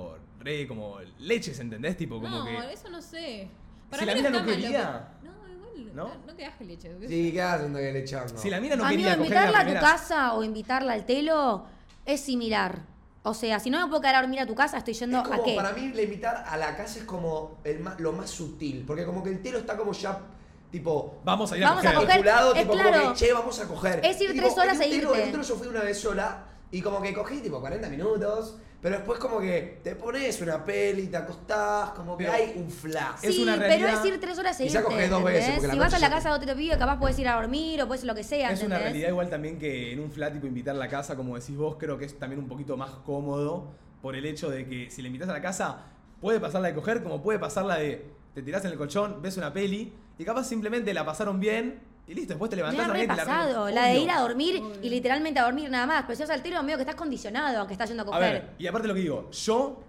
como leches, ¿entendés? Tipo, como No, que. eso no sé. Si la mina no está mal, quería. No, igual, ¿No? no quedas que leche. Sí, ¿qué haces que le echando? Si la mina no Amigo, quería coger en la invitarla a tu primera. casa o invitarla al telo es similar. O sea, si no me puedo quedar a dormir a tu casa, estoy yendo Es como, a qué. para mí, la invitar a la casa es como lo más sutil. Porque como que el telo está como ya, tipo... Vamos a ir Vamos a coger. articulado, Es tipo claro. como que, che, vamos a coger. Es ir Y 3 horas en un e telo- irte. En un telo yo fui una vez sola y como que cogí tipo 40 minutos. Pero después como que te pones una peli, te acostás, como que Pero hay un flash. es Sí, una pero realidad- es ir 3 horas e Quizá irte, coges 2 veces, ¿entendés? porque la Si vas noche a la ya casa de otro pibe, capaz puedes ir a dormir o puedes lo que sea, Es una ¿entendés? realidad igual también que en un flat, tipo, invitar a la casa, como decís vos, creo que es también un poquito más cómodo por el hecho de que si le invitas a la casa, puede pasar la de coger, como puede pasar la de te tirás en el colchón, ves una peli y capaz simplemente la pasaron bien y listo, después te Me levantás ha también y te repasado, la de ir a dormir y literalmente a dormir nada más. Pero si vas al telo, medio que estás condicionado, aunque estás yendo a A coger. ver, y aparte lo que digo, yo,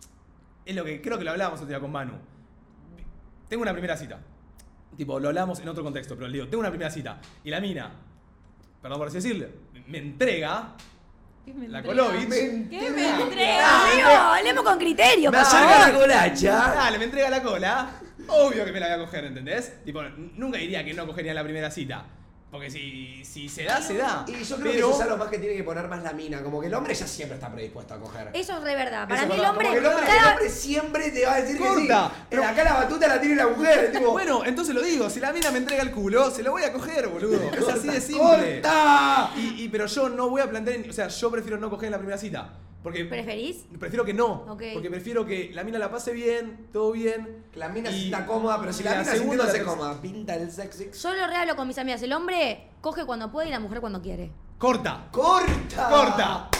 es lo que creo que lo hablábamos otro día con Manu. Tengo una primera cita. Tipo, lo hablamos en otro contexto, pero le digo, tengo una primera cita. Y la mina, perdón por así decirle, me entrega ¿Qué me la entrega? Kolovich. ¿Qué me entrega? Amigo, hablemos con criterio, Me por acerca favor. la colacha. Dale, me entrega la cola. Obvio que me la voy a coger, ¿entendés? Tipo, nunca diría que no cogería en la primera cita. Porque si se da, se da. Y yo creo que eso es algo más que tiene que poner más la mina. Como que el hombre ya siempre está predispuesto a coger. Eso es re verdad. Para Eso mí es el verdad. hombre, Como que el cada- hombre siempre te va a decir Corta, que sí. Acá la batuta la tiene la mujer. Tipo, Bueno, entonces lo digo, si la mina me entrega el culo, se lo voy a coger, boludo. Es así de simple. ¡Corta! Pero yo no voy a plantear, o sea, yo prefiero no coger en la primera cita. Porque ¿Preferís? prefiero que no. Ok. Porque prefiero que la mina la pase bien, todo bien. Que la mina se Y sienta cómoda, pero si la la mina segunda, sintiéndose la cómoda, pinta el sexy. Yo lo rehablo con mis amigas. El hombre coge cuando puede y la mujer cuando quiere. Corta. ¡Corta! Corta.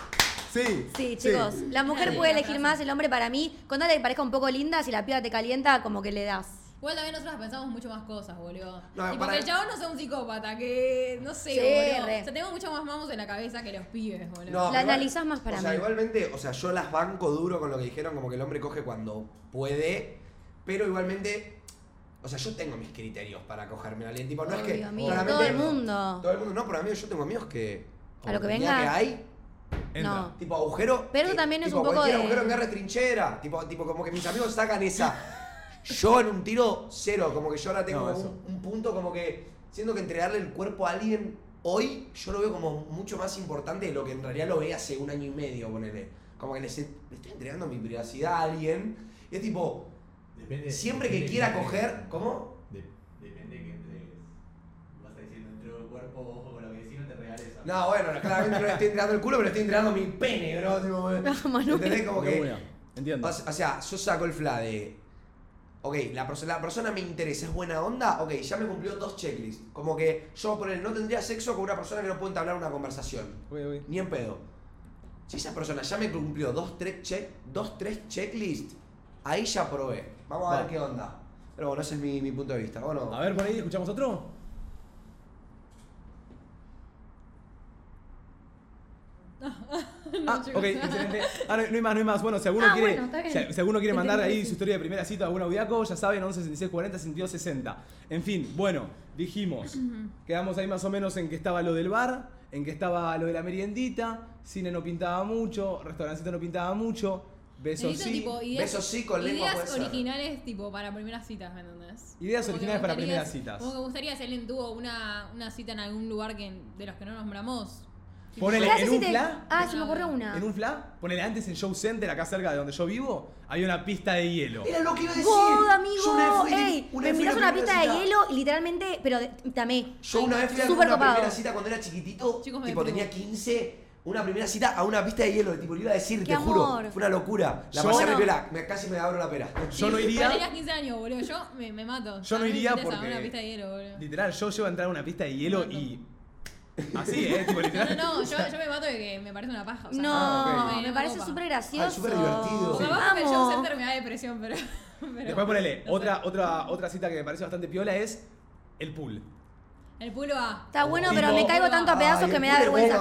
Sí. Sí, chicos. La mujer puede elegir más, el hombre para mí. Con tal de que parezca un poco linda, si la piba te calienta, como que le das. Igual también nosotros pensamos mucho más cosas, boludo. No, Tipo para- que el chabón no sea un psicópata, que no sé, Sí, boludo. re. O sea, tengo mucho más mamos en la cabeza que los pibes, boludo. No, La igual- analizás más para o sea, mí. igualmente, o sea, yo las banco duro con lo que dijeron, como que el hombre coge cuando puede, pero igualmente, o sea, yo tengo mis criterios para cogerme a alguien. Tipo, no es que. Obvio, amigo, claramente- todo el mundo. Todo el mundo, no, pero amigos, yo tengo amigos que. A lo que oportunidad venga. que hay, Entra. No. tipo agujero. Pero eso también es tipo, un poco cualquier de- agujero en guerra de trinchera. Tipo, como que mis amigos sacan esa. Yo en un tiro cero, como que yo ahora tengo No, eso. un punto como que. Siento que entregarle el cuerpo a alguien hoy, yo lo veo como mucho más importante de lo que en realidad lo veía hace 1 año y medio, ponele. Como que le estoy entregando mi privacidad a alguien. Y es tipo. Depende, Siempre que depende quiera entregues. coger. ¿Cómo? Depende que entregues. Vas a diciendo entrego el cuerpo, ojo con lo que decís, no te regales a. No, bueno, claramente no le estoy entregando el culo, pero le estoy entregando mi pene, bro. Tipo, Manuel. ¿entendés? Como De que. una. Entiendo. O sea, yo saco el fla de. Ok, la persona me interesa, es buena onda. Ok, ya me cumplió 2 checklists. Como que yo por él no tendría sexo con una persona que no puede entablar una conversación. Uy. Ni en pedo. Si esa persona ya me cumplió 2-3 checklists, ahí ya probé. Vamos a ver Va. qué onda. Pero bueno, ese es mi punto de vista. Bueno, A ver, por ahí, ¿escuchamos otro? Ah, ok, excelente. Ah, no hay más. Bueno, si alguno Ah, quiere, bueno, está bien. si alguno quiere mandar ahí Entendí. su historia de primera cita a algún audiaco, ya saben, 11 66 40 62 60. En fin, bueno, dijimos, quedamos ahí más o menos en que estaba lo del bar, en que estaba lo de la meriendita, cine no pintaba mucho, restaurancito no pintaba mucho, besos Necesito, sí. tipo, ideas, besos sí con lengua ideas puede ser. originales tipo para primeras citas, ¿me entendés? Ideas Como que originales me para gustaría- primeras citas. Como que me gustaría si alguien tuvo una cita en algún lugar de los que no nombramos. Tipo, Ponele, Mirá, en si un te- fla, Ah, se me ocurrió una. en un fla, ponele antes en Show Center, acá cerca de donde yo vivo, había una pista de hielo. era lo que iba a decir. God, amigo. Yo una vez fui- Ey, una me vez fui mirás a una primera pista de cita. hielo y literalmente, pero te amé. Yo una vez fui a Súper una copado. primera cita cuando era chiquitito, Chicos, me tipo deprimo. tenía 15, una primera cita a una pista de hielo, tipo le iba a decir, Qué te juro, amor. fue una locura. La Yo- pasé re Bueno. piola, casi me abro la pera. Yo no Vos iría, tenías 15 años, boludo. Yo me mato. Yo no A mí me iría interesa porque- Una pista de hielo, boludo. literal, yo llevo a entrar a una pista de hielo Mato. y Así, tipo literal. No, yo me mato de que me parece una paja. O sea, no, me parece súper gracioso. súper divertido. O sea, capaz que el show center me da depresión, pero Después ponele, otra cita que me parece bastante piola es el pool. El pool va. Está bueno, pero me caigo tanto a pedazos que me da vergüenza.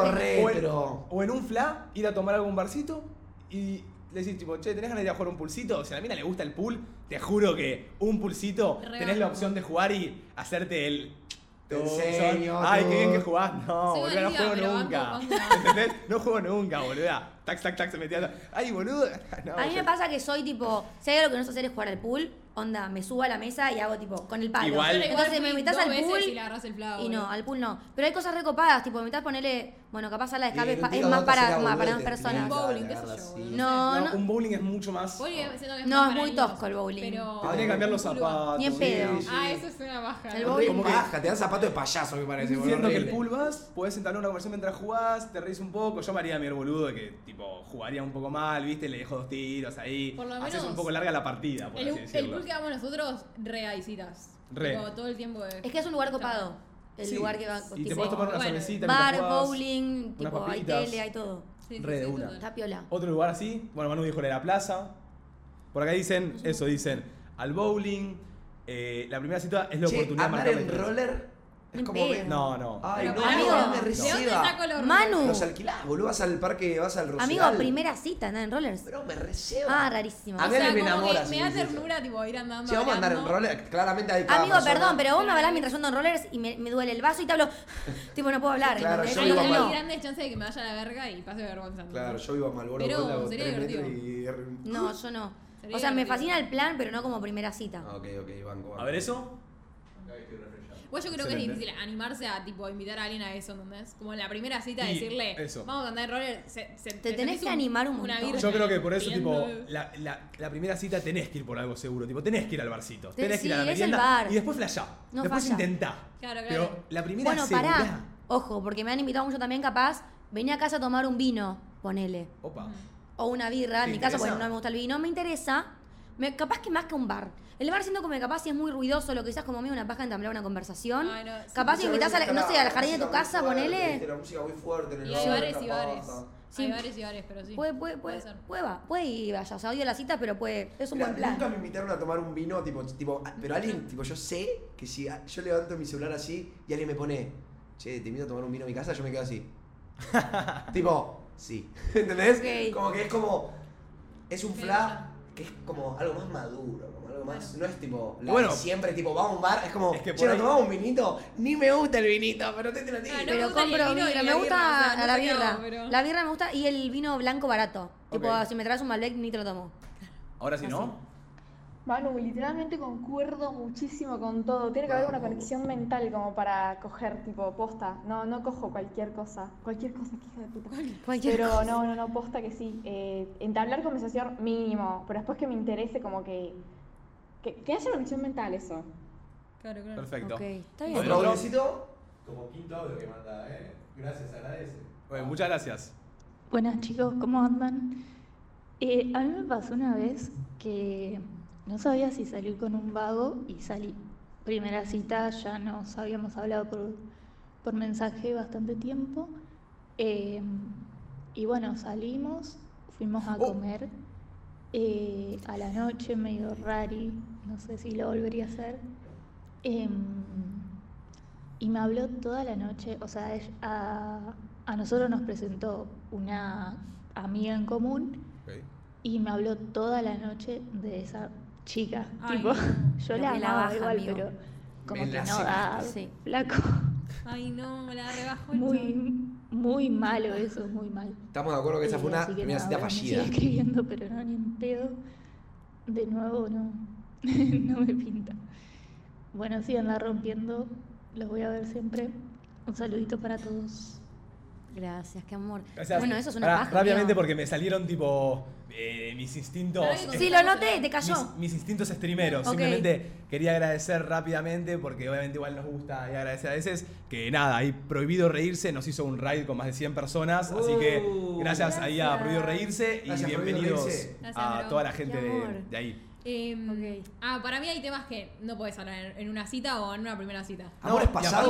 O en un fla, ir a tomar algún barcito y le decís, tipo, che, ¿tenés ganas de ir a jugar un pulsito? Si a la mina le gusta el pool, te juro que un pulsito tenés la opción de jugar y hacerte el... Te enseño. Ay, qué bien que jugás. No, Soy boludo, no Valeria, juego pero nunca. banco. ¿Entendés? No juego nunca, boluda. Tac, se metía. Ay, boludo. No, a mí me pasa que soy tipo, si hay algo que no sé hacer es jugar al pool, onda, me subo a la mesa y hago tipo con el palo. Igual. Entonces me invitas al pool y, la el flavo, y no, al pool no. Pero hay cosas recopadas, tipo, me invitas a ponerle, bueno, capaz sala de escape es más para más personas. Un bowling, qué sé yo. No, un bowling es mucho más. No, es muy tosco el bowling. Pero Tenés que cambiar los zapatos. Ni en pedo. Eso es una baja. El bowling baja, te dan zapatos de payaso, me parece. Siento que el pool vas, podés entablar una conversación mientras jugás, te reís un poco. Yo me haría mi boludo de que, tipo, jugaría un poco mal, ¿viste? Le dejo 2 tiros ahí. Por lo menos haces un poco larga la partida, por así decirlo. El pool que vamos nosotros, hay citas. Tipo, todo el tiempo es que es un lugar copado. El lugar que va. Y te podés tomar una cervecita. Bar, bowling, tipo, hay tele, hay todo. Re de una. Está piola. Otro lugar así, bueno, Manu dijo la plaza. Por acá dicen, al bowling. La primera cita es la oportunidad de marcar en roller. Es como que... No. Ay, no, amigo, me reciba. Manu. Los alquilás, boludo, vas al parque, vas al Rosedal. Amigo, primera cita, andar en rollers. Pero me reciba. Ah, rarísimo. A mí me enamora. Me da ternura, tipo, ir andando. Si vamos a andar en rollers, claramente hay cada Amigo, persona. perdón, pero vos me hablás mientras yo ando en rollers y me duele el vaso y te hablo. Tipo, no puedo hablar. Claro, ¿entendés? yo Hay vivo mal. grandes chances de que me vaya a la verga y pase vergüenza. Claro, yo vivo a Malboro. Pero sería divertido. No, yo no. O sea, me fascina el plan, pero no como primera cita. Ok, banco. A ver eso. Pues yo creo que es difícil animarse a tipo invitar a alguien a eso, ¿entendés? Como en la primera cita decirle, vamos a andar en roller, te tenés que animar un montón. Yo creo que por eso, tipo, la primera cita tenés que ir por algo seguro. Tipo, tenés que ir al barcito. Tenés que ir a la merienda. Y después flashá. No después falla. intentá. Claro. Pero la primera bueno, segura. pará. Ojo, porque me han invitado mucho también capaz. Vení a casa a tomar un vino, ponele. Opa. O una birra, en mi caso, porque no me gusta el vino. Me interesa. Capaz que más que un bar. El bar siento como que capaz si es muy ruidoso, lo que quizás como medio una paja entablar una conversación. Ay, no, sí, capaz si invitás al jardín de tu casa, ponele. La música muy fuerte en el y hay bares y bares. Sí. Hay bares y bares, pero sí. Puede ir, vaya. O sea, odio la cita, pero es un buen plan. Nunca me invitaron a tomar un vino, pero alguien, yo sé que si yo levanto mi celular así y alguien me pone, che, te invito a tomar un vino a mi casa, yo me quedo así. Sí. ¿Entendés? Okay. Como que es un fla que es como algo más maduro, como algo más, no es tipo, siempre tipo, vamos a un bar, es como, che, ¿nos tomamos un vinito? Ni me gusta el vinito, pero te lo digo. Pero compro birra, me gusta la birra. La birra me gusta y el vino blanco barato. Tipo, si me traes un Malbec, ni te lo tomo. Ahora sí, ¿no? Manu, literalmente concuerdo muchísimo con todo. Tiene que haber una conexión mental como para coger, tipo, posta. No cojo cualquier cosa. Cualquier cosa, que hija de puta. Pero no, posta que sí. Entablar conversación mínimo, pero después que me interese como que haya una conexión mental eso. Claro. Perfecto. Okay. Está bien. ¿Otro audioncito? Como quinto audio que manda, Gracias, agradece. Bueno, muchas gracias. Buenas chicos, ¿cómo andan? A mí me pasó una vez que no sabía si salir con un vago y salí. Primera cita, ya nos habíamos hablado por mensaje bastante tiempo. Y bueno, salimos, fuimos a comer a la noche, medio rari, no sé si lo volvería a hacer. Y me habló toda la noche, o sea, a nosotros nos presentó una amiga en común y me habló toda la noche de esa chica. Ay, tipo, no. yo la amaba igual, amigo. pero como Me que la no da, sí. flaco. Ay, no, la rebajo. Muy malo eso, muy mal. Estamos de acuerdo que esa fue una primera cita fallida. Sigue escribiendo, pero no, ni en pedo. De nuevo, no, no me pinta. Bueno, síganla rompiendo, los voy a ver siempre. Un saludito para todos. Gracias, qué amor. Gracias. Bueno, eso es una paja. Rápidamente, amigo. porque me salieron tipo mis instintos. Sí, lo noté, te cayó. Mis instintos streameros. Ok. Simplemente quería agradecer rápidamente, porque obviamente igual nos gusta y agradecer a veces, que nada, ahí Prohibido Reírse nos hizo un raid con más de 100 personas. Así que gracias ahí a Prohibido Reírse y Gracias, bienvenidos Prohibido Reírse. a toda la gente Qué amor. de ahí. Para mí hay temas que no podés hablar en una cita o en una primera cita. Amores pasados,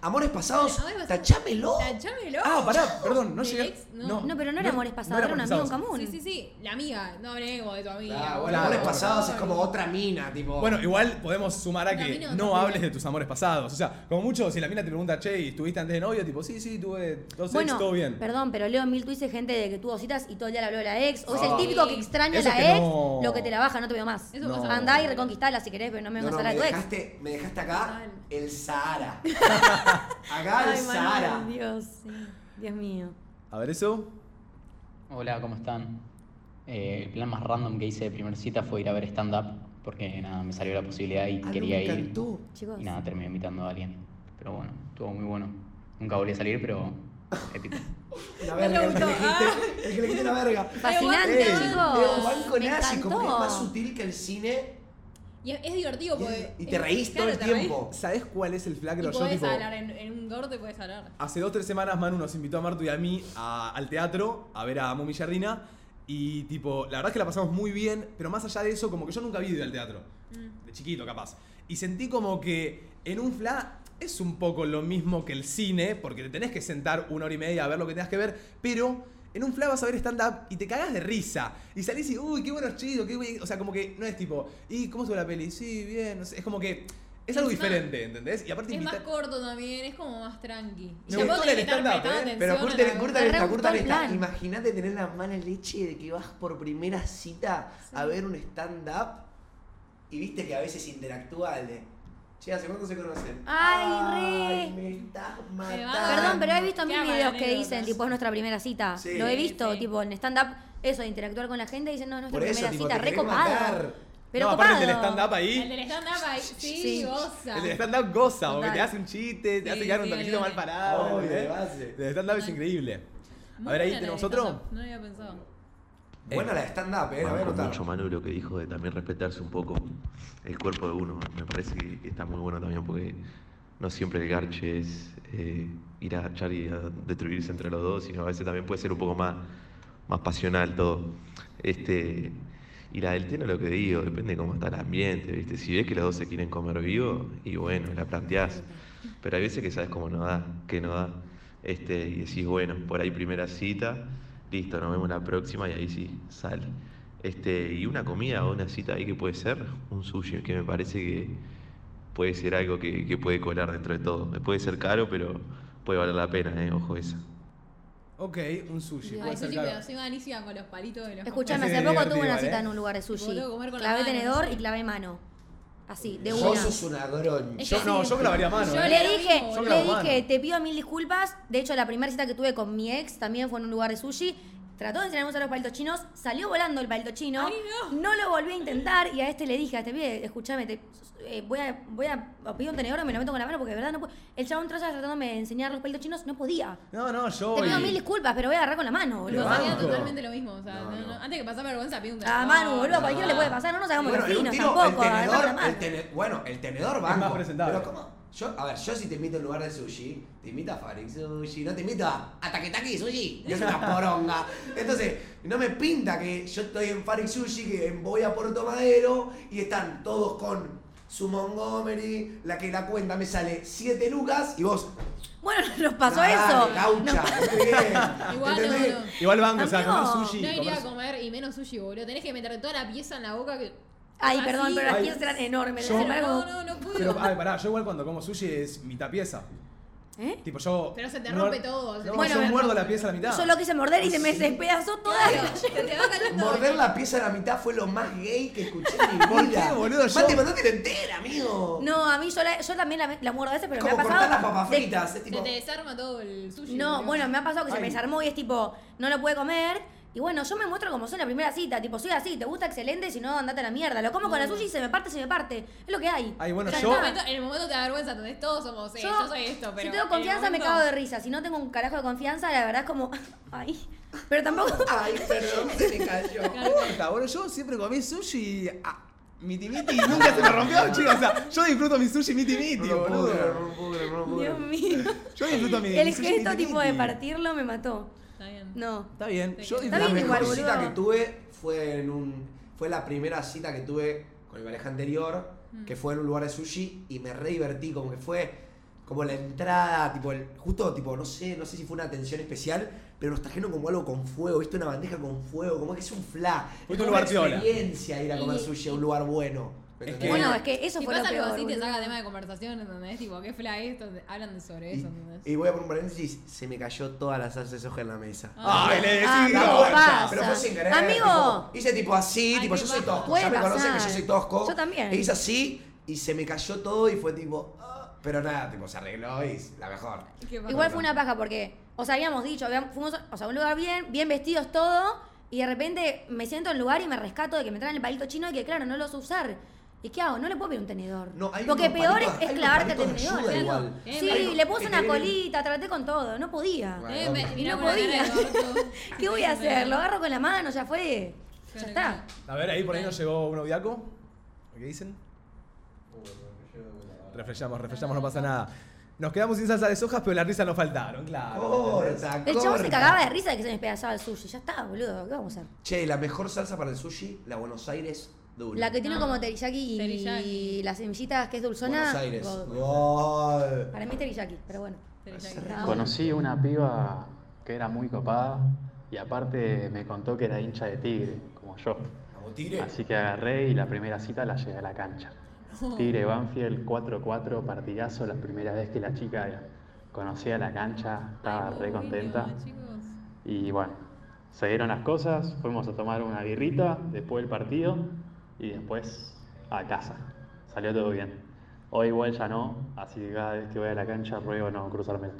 tachámelo. Pará, perdón, no llegué. No, pero no era amores pasados, era un amigo en común. Sí, la amiga, no hablemos de tu amiga. Amores pasados es como otra mina, tipo. Bueno, igual podemos sumar a que no hables de tus amores pasados. O sea, como mucho, si la mina te pregunta, che, ¿y estuviste antes de novio? Tipo, sí, tuve 2 ex, todo bien. Perdón, pero leo en mil tweets de gente de que tuvo citas y todo el día le habló de la ex. O es el típico que extraña a la ex, lo que te la baja, no te veo más. Andá y reconquistala si querés, pero no me vengas a hablar de tu ex. Me dejaste acá el Sahara. Acá el Sahara. Dios, sí. Dios mío. A ver eso. Hola, ¿cómo están? El plan más random que hice de primer cita fue ir a ver stand-up, porque nada, me salió la posibilidad y quería ir. Chicos. Y nada, terminé invitando a alguien. Pero bueno, estuvo muy bueno. Nunca volví a salir, pero épico. La verga, el que le dijiste la verga. Fascinante, chicos. Banco nazi, como que es más sutil que el cine. Y es divertido porque... Y te reís todo el tiempo. ¿Sabés cuál es el flagro? Y podés hablar, en un gordo podés hablar. Hace 2 o 3 semanas Manu nos invitó a Martu y a mí al teatro a ver a Mumi Jardina. Y tipo, la verdad es que la pasamos muy bien, pero más allá de eso, como que yo nunca había ido al teatro. De chiquito, capaz. Y sentí como que en un fla es un poco lo mismo que el cine, porque te tenés que sentar 1 hora y media a ver lo que tengas que ver, pero en un fla vas a ver stand-up y te cagás de risa. Y salís y, uy, qué buenos chicos, qué bueno. O sea, como que no es tipo, ¿y cómo estuvo la peli? Sí, bien. No sé, es como que es algo diferente, ¿entendés? Y aparte es más corto también, es como más tranqui. Me gustó el stand-up, Pero curta esta. Imagínate tener la mala leche de que vas por primera cita a ver un stand-up y viste que a veces interactúa el de... Che, ¿hace cuánto se conocen? Ay, me estás matando. Perdón, pero he visto mil videos que dicen, tipo, es nuestra primera cita. Sí, lo he visto, tipo, en stand-up, eso, de interactuar con la gente, dicen, no, es nuestra por eso, primera tipo, cita, recopado. Pero no, aparte el del stand-up ahí. El del stand-up ahí, sí, goza. El del stand-up goza, porque te hace un chiste, te hace quedar un toquecito mal parado. El de stand-up es increíble. A ver, ahí tenemos otro. No había pensado. Buena la de stand-up, la voy a anotar. Mucho Manu lo que dijo de también respetarse un poco el cuerpo de uno. Me parece que está muy bueno también porque no siempre el garche es ir a agachar y a destruirse entre los dos, sino a veces también puede ser un poco más pasional todo. Y la del teno, lo que digo, depende de cómo está el ambiente, ¿viste? Si ves que los dos se quieren comer vivo, y bueno, la planteás. Pero hay veces que sabes cómo no da, que no da. Y decís, bueno, por ahí primera cita, listo, nos vemos la próxima y ahí sí, sale. Y una comida o una cita ahí que puede ser un sushi, que me parece que puede ser algo que puede colar dentro de todo. Puede ser caro, pero puede valer la pena, ojo esa. Ok, un sushi. Ay, sushi, pero soy malísima con los palitos de los... Escuchame, hace poco tuve una cita en un lugar de sushi. Clavé tenedor y clavé mano. Así, de una. Vos sos una groncha. Yo clavaría mano. Le dije, te pido 1000 disculpas. De hecho, la primera cita que tuve con mi ex también fue en un lugar de sushi. Trató de enseñarme a usar los palitos chinos, salió volando el palito chino. Ay, no lo volví a intentar y a le dije, a este pibe, escúchame, voy a pedir un tenedor y me lo meto con la mano porque de verdad no puedo. El chabón tratándome de enseñar los palitos chinos, no podía. No, yo... Te pido 1000 disculpas, pero voy a agarrar con la mano, boludo. Sabía totalmente lo mismo, o sea, antes que pasar vergüenza, pido un tenedor. Ah, Manu, boludo, a cualquiera le puede pasar, no nos hagamos vecinos tampoco. El tenedor banco. Es más presentable. Pero ¿cómo? Yo si te invito a un lugar de sushi, te invito a Farik Sushi, no te invito a Taketaki Sushi, que es una poronga. Entonces, no me pinta que yo estoy en Farik Sushi, que voy a Puerto Madero, y están todos con su Montgomery, la que la cuenta me sale 7 lucas, y vos... Bueno, nos pasó eso. Gaucha, Igual banco, o sea, comer sushi. No iría a comer y menos sushi, boludo. Tenés que meter toda la pieza en la boca que... Ay, perdón, pero las piezas eran enormes. No puedo. Pero, pará, yo igual cuando como sushi es mitad pieza. Tipo yo... Pero se te rompe todo. Yo muerdo la pieza a la mitad. Yo lo quise morder y se me despedazó toda. Morder la pieza a la mitad fue lo más gay que escuché en mi vida. ¿Por qué, boludo? Mate, mandate entera, amigo. No, a mí yo también la muerdo a veces, pero me ha pasado... pasado... cortar las papas fritas. Se te desarma todo el sushi. No, bueno, me ha pasado que se me desarmó y es tipo, no lo puede comer... Y bueno, yo me muestro como soy en la primera cita, tipo, soy así, te gusta excelente, si no, andate a la mierda. Lo como con la sushi y se me parte. Es lo que hay. Ay, bueno, en el momento te da vergüenza, entonces todos somos, yo soy esto, pero... Si tengo confianza me cago de risa, si no tengo un carajo de confianza, la verdad es como, ay, pero tampoco... Ay, perdón, se me cayó. Bueno, yo siempre comí sushi... Miti miti, nunca se me rompió, chicos. O sea, yo disfruto mi sushi miti miti, boludo. Dios mío. Yo disfruto mi El sushi gesto miti tipo miti. de partirlo me mató. Está bien. No. Está bien. Está bien igual, boludo. La mejor cita que tuve fue fue la primera cita que tuve con mi pareja anterior, que fue en un lugar de sushi y me re divertí, como que fue como la entrada, tipo, justo, tipo, no sé si fue una atención especial, pero nos trajeron como algo con fuego, ¿viste? Una bandeja con fuego, como que es un fla. Fue Es un como lugar una piola. experiencia ir a comer sushi a un lugar bueno. Bueno, es que eso Si fue lo pasa algo peor. así, te boludo. saca tema de conversación, ¿entendés? Tipo, ¿qué fla esto? Hablan sobre eso, ¿entendés? Y voy a poner un paréntesis, se me cayó toda la salsa de soja en la mesa. Ay, le decís Ah, que no no. pasa. Pero fue sin querer. Amigo. Tipo, hice tipo así, tipo, yo soy tosco. Puede Ya me conocen que pasar. yo soy tosco. Yo también. E hice así y se me cayó todo y fue tipo. Pero nada, tipo, se arregló y la mejor. Igual fue una paja porque, o sea, habíamos dicho, fuimos a un lugar bien vestidos todo, y de repente me siento en el lugar y me rescato de que me traen el palito chino y que claro, no lo sé usar. ¿Y qué hago? No le puedo pedir un tenedor. No, hay Porque unos peor palitos- es hay unos clavarte el palitos de tenedor. ayuda claro. igual. Sí, Hay le puse que una vienen- colita, traté con todo, no podía. Mira, No podía. ¿Qué voy a hacer? Lo agarro con la mano, ya fue. Ya está. A ver, ahí por ahí nos llegó un audiaco. ¿Qué dicen? Refreshamos, no pasa nada. Nos quedamos sin salsa de sojas, pero las risas nos faltaron, claro. El chabón se cagaba de risa de que se me despedazaba el sushi. Ya está, boludo. ¿Qué vamos a hacer? Che, la mejor salsa para el sushi, la Buenos Aires dura. La que tiene como teriyaki y las semillitas que es dulzona. Buenos Aires. God. Gol. Para mí es teriyaki, pero bueno. Conocí una piba que era muy copada y aparte me contó que era hincha de Tigre, como yo. Tigre? Así que agarré y la primera cita la llevé a la cancha. Tigre Banfield 4-4, partidazo, la primera vez que la chica conocía la cancha, estaba re contenta. Y bueno, se dieron las cosas, fuimos a tomar una birrita después del partido y después a casa. Salió todo bien. Hoy igual ya no, así que cada vez que voy a la cancha ruego no cruzármela.